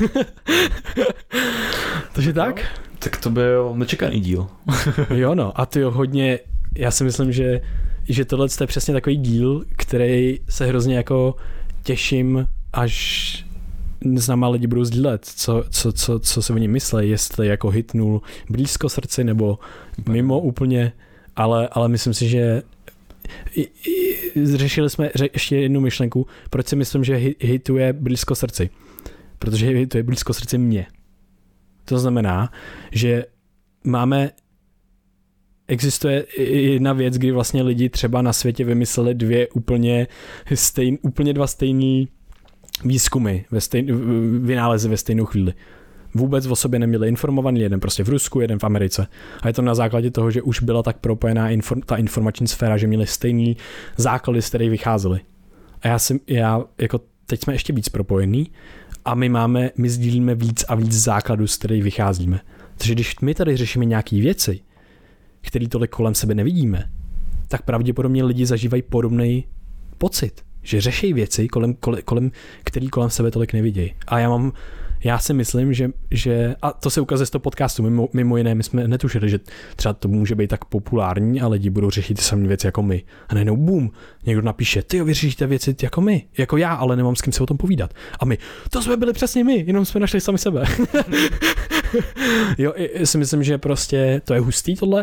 [SPEAKER 2] Takže tak?
[SPEAKER 3] Tak to byl nečekaný díl.
[SPEAKER 2] Jo no, a ty jo, hodně, já si myslím, že, že tohle je přesně takový díl, který se hrozně jako těším, až známá lidi budou sdílet, co, co, co, co se o něm myslí, jestli jako hitnul blízko srdci nebo mimo úplně. Ale, ale myslím si, že i, i, řešili jsme ře, ještě jednu myšlenku, proč si myslím, že hituje blízko srdci. Protože hituje blízko srdci mě. To znamená, že máme, existuje jedna věc, kdy vlastně lidi třeba na světě vymysleli dvě úplně, stejn, úplně dva stejný výzkumy, ve stejn, vynálezy ve stejnou chvíli. Vůbec o sobě neměli informovaný, jeden prostě v Rusku, jeden v Americe. A je to na základě toho, že už byla tak propojená inform, ta informační sféra, že měli stejný základy, z kterých vycházeli. A já si, já, jako teď jsme ještě víc propojení a my máme, my sdílíme víc a víc základů, z kterých vycházíme. Takže když my tady řešíme nějaké věci, které tolik kolem sebe nevidíme, tak pravděpodobně lidi zažívají podobný pocit, že řeší věci, kolem, kolem, kolem, který kolem sebe tolik nevidějí. A já mám Já si myslím, že, že a to se ukazuje z toho podcastu, mimo, mimo jiné, my jsme netušili, že třeba to může být tak populární a lidi budou řešit ty samé věci jako my. A najednou bum, někdo napíše, ty vy řešíte věci jako my, jako já, ale nemám s kým se o tom povídat. A my, to jsme byli přesně my, jenom jsme našli sami sebe. Jo, si myslím, že prostě to je hustý tohle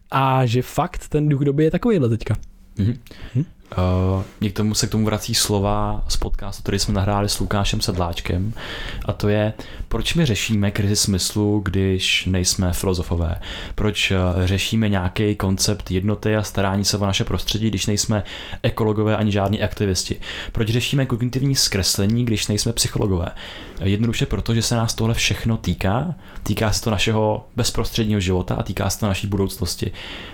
[SPEAKER 2] a že fakt ten duch doby je takovýhle teďka.
[SPEAKER 3] Mm-hmm. Hm? Uh, mě k tomu se k tomu vrací slova z podcastu, který jsme nahráli s Lukášem Sedláčkem, a to je, proč my řešíme krizi smyslu, když nejsme filozofové, proč uh, řešíme nějaký koncept jednoty a starání se o naše prostředí, když nejsme ekologové ani žádní aktivisti, proč řešíme kognitivní zkreslení, když nejsme psychologové. Jednoduše proto, že se nás tohle všechno týká, týká se to našeho bezprostředního života a týká se to naší budoucnosti.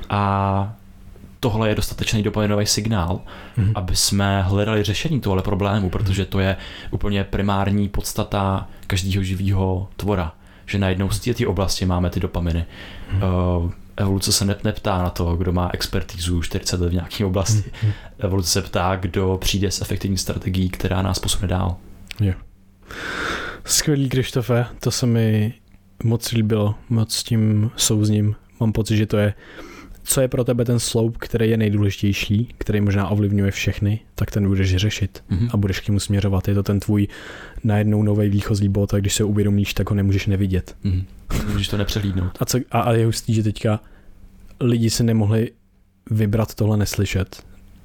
[SPEAKER 3] A tohle je dostatečný dopaminový signál, mm-hmm. aby jsme hledali řešení tohle problému, protože to je úplně primární podstata každého živého tvora, že najednou z té oblasti máme ty dopaminy. Mm-hmm. Uh, evoluce se ne- neptá na to, kdo má expertízu čtyřicet let v nějaké oblasti. Mm-hmm. Evoluce se ptá, kdo přijde s efektivní strategií, která nás posune dál.
[SPEAKER 2] Jo. Skvělý, Krištofe, to se mi moc líbilo, moc s tím souzním. Mám pocit, že to je co je pro tebe ten sloup, který je nejdůležitější, který možná ovlivňuje všechny, tak ten budeš řešit mm-hmm. a budeš k němu směřovat. Je to ten tvůj najednou nový výchozí bod, a když se uvědomíš, tak ho nemůžeš nevidět.
[SPEAKER 3] Mm-hmm. Můžeš to nepřehlídnout.
[SPEAKER 2] A, co, a, a je hustý, že teďka lidi si nemohli vybrat tohle neslyšet.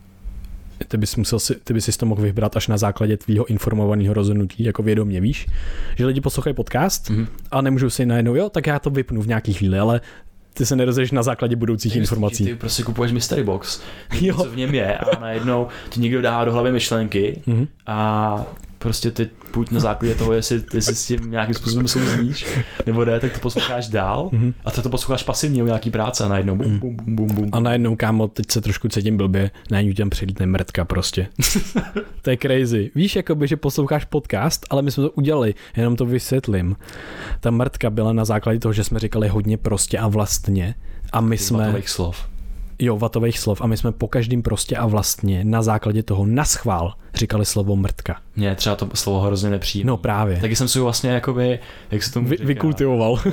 [SPEAKER 2] Ty bys, musel si, ty bys si to mohl vybrat až na základě tvýho informovaného rozhodnutí, jako vědomě, víš? Že lidi poslouchají podcast mm-hmm. a nemůžou si najednou, jo, tak já to vypnu v nějaký chvíli, ale ty se nerozhodneš na základě budoucích
[SPEAKER 3] ty
[SPEAKER 2] informací.
[SPEAKER 3] Ty prostě kupuješ mystery box, co v něm je, a najednou ti někdo dá do hlavy myšlenky mm-hmm. a prostě ty buď na základě toho, jestli, jestli s tím nějakým způsobem souzníš, nebo ne, tak to posloucháš dál mm-hmm. a ty to posloucháš pasivně u nějaký práce a najednou bum, bum, bum, bum, bum.
[SPEAKER 2] A najednou, kámo, teď se trošku cítím blbě, najednou tam přelítne mrtka prostě. To je crazy. Víš, jakoby, že posloucháš podcast, ale my jsme to udělali, jenom to vysvětlím. Ta mrtka byla na základě toho, že jsme říkali hodně prostě a vlastně a my jsme...
[SPEAKER 3] Vatových slov.
[SPEAKER 2] Jo, vatových slov a my jsme po každým prostě a vlastně na základě toho naschvál říkali slovo mrtka.
[SPEAKER 3] Mně třeba to slovo hrozně nepříjemné.
[SPEAKER 2] No právě.
[SPEAKER 3] Taky jsem si ho vlastně jakoby, jak se tomu
[SPEAKER 2] Vy,
[SPEAKER 3] říká?
[SPEAKER 2] Vykultivoval.
[SPEAKER 3] Uh,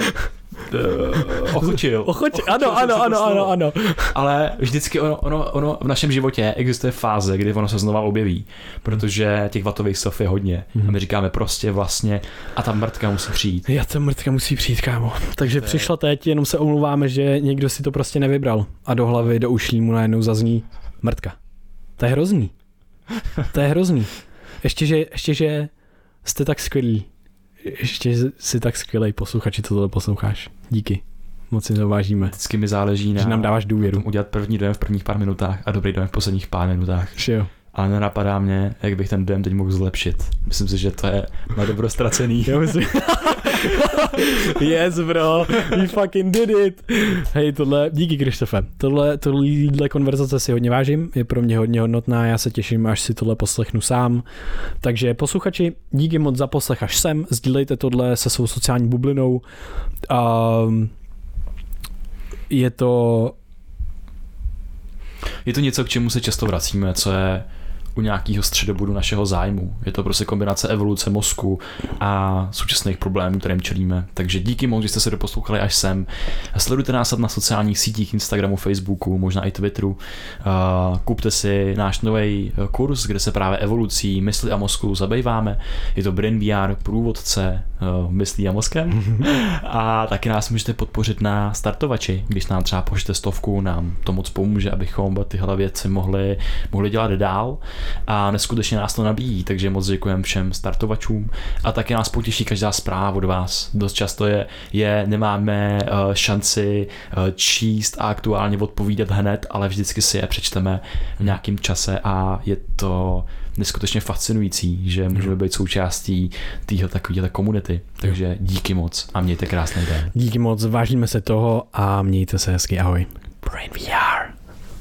[SPEAKER 3] ochočil.
[SPEAKER 2] Ochočil, ano, ano, ano, ano, ano.
[SPEAKER 3] Ale vždycky ono, ono, ono v našem životě existuje fáze, kdy ono se znova objeví, protože těch vatových slov je hodně. Hmm. A my říkáme prostě vlastně a ta mrtka musí přijít.
[SPEAKER 2] Já ta mrtka musí přijít, kámo. Takže to přišla teď, jenom se omluváme, že někdo si to prostě nevybral a do hlavy, do ušlí mu najednou zazní mrtka. To je hrozný. To je hrozný. Ještě, že, ještě, že jste tak skvělí. Ještě jsi tak skvělej posluchači, co tohle posloucháš. Díky. Moc si to vážíme.
[SPEAKER 3] Vždycky mi záleží na,
[SPEAKER 2] že nám dáváš důvěru.
[SPEAKER 3] Na tom udělat první dojem v prvních pár minutách a dobrý dojem v posledních pár minutách.
[SPEAKER 2] Že jo.
[SPEAKER 3] Ale nenapadá mě, jak bych ten dojem teď mohl zlepšit. Myslím si, že to je na dobro ztracený.
[SPEAKER 2] Já myslím... Yes, bro, we fucking did it. Hej, tohle, díky Krištofe. Tohle, tohle konverzace si hodně vážím, je pro mě hodně hodnotná, já se těším, až si tohle poslechnu sám. Takže posluchači, díky moc za poslech až sem, sdílejte tohle se svou sociální bublinou. Um, je to...
[SPEAKER 3] Je to něco, k čemu se často vracíme, co je u nějakého středobodu našeho zájmu. Je to prostě kombinace evoluce mozku a současných problémů, kterým čelíme. Takže díky moc, že jste se doposlouchali až sem. Sledujte nás na sociálních sítích, Instagramu, Facebooku, možná i Twitteru. Kupte si náš nový kurz, kde se právě evolucí mysli a mozku zabýváme. Je to Brain V R, průvodce myslí a mozkem. A taky nás můžete podpořit na startovači. Když nám třeba pošlete stovku, nám to moc pomůže, abychom tyhle věci mohli, mohli dělat dál. A neskutečně nás to nabíjí, takže moc děkujeme všem startovačům a taky nás potěší každá zpráva od vás. Dost často je, je nemáme uh, šanci uh, číst a aktuálně odpovídat hned, ale vždycky si je přečteme v nějakém čase a je to neskutečně fascinující, že můžeme být součástí téhle takovéhle komunity. Takže díky moc a mějte krásný den.
[SPEAKER 2] Díky moc, vážíme se toho a mějte se hezky, ahoj.
[SPEAKER 3] Brain V R.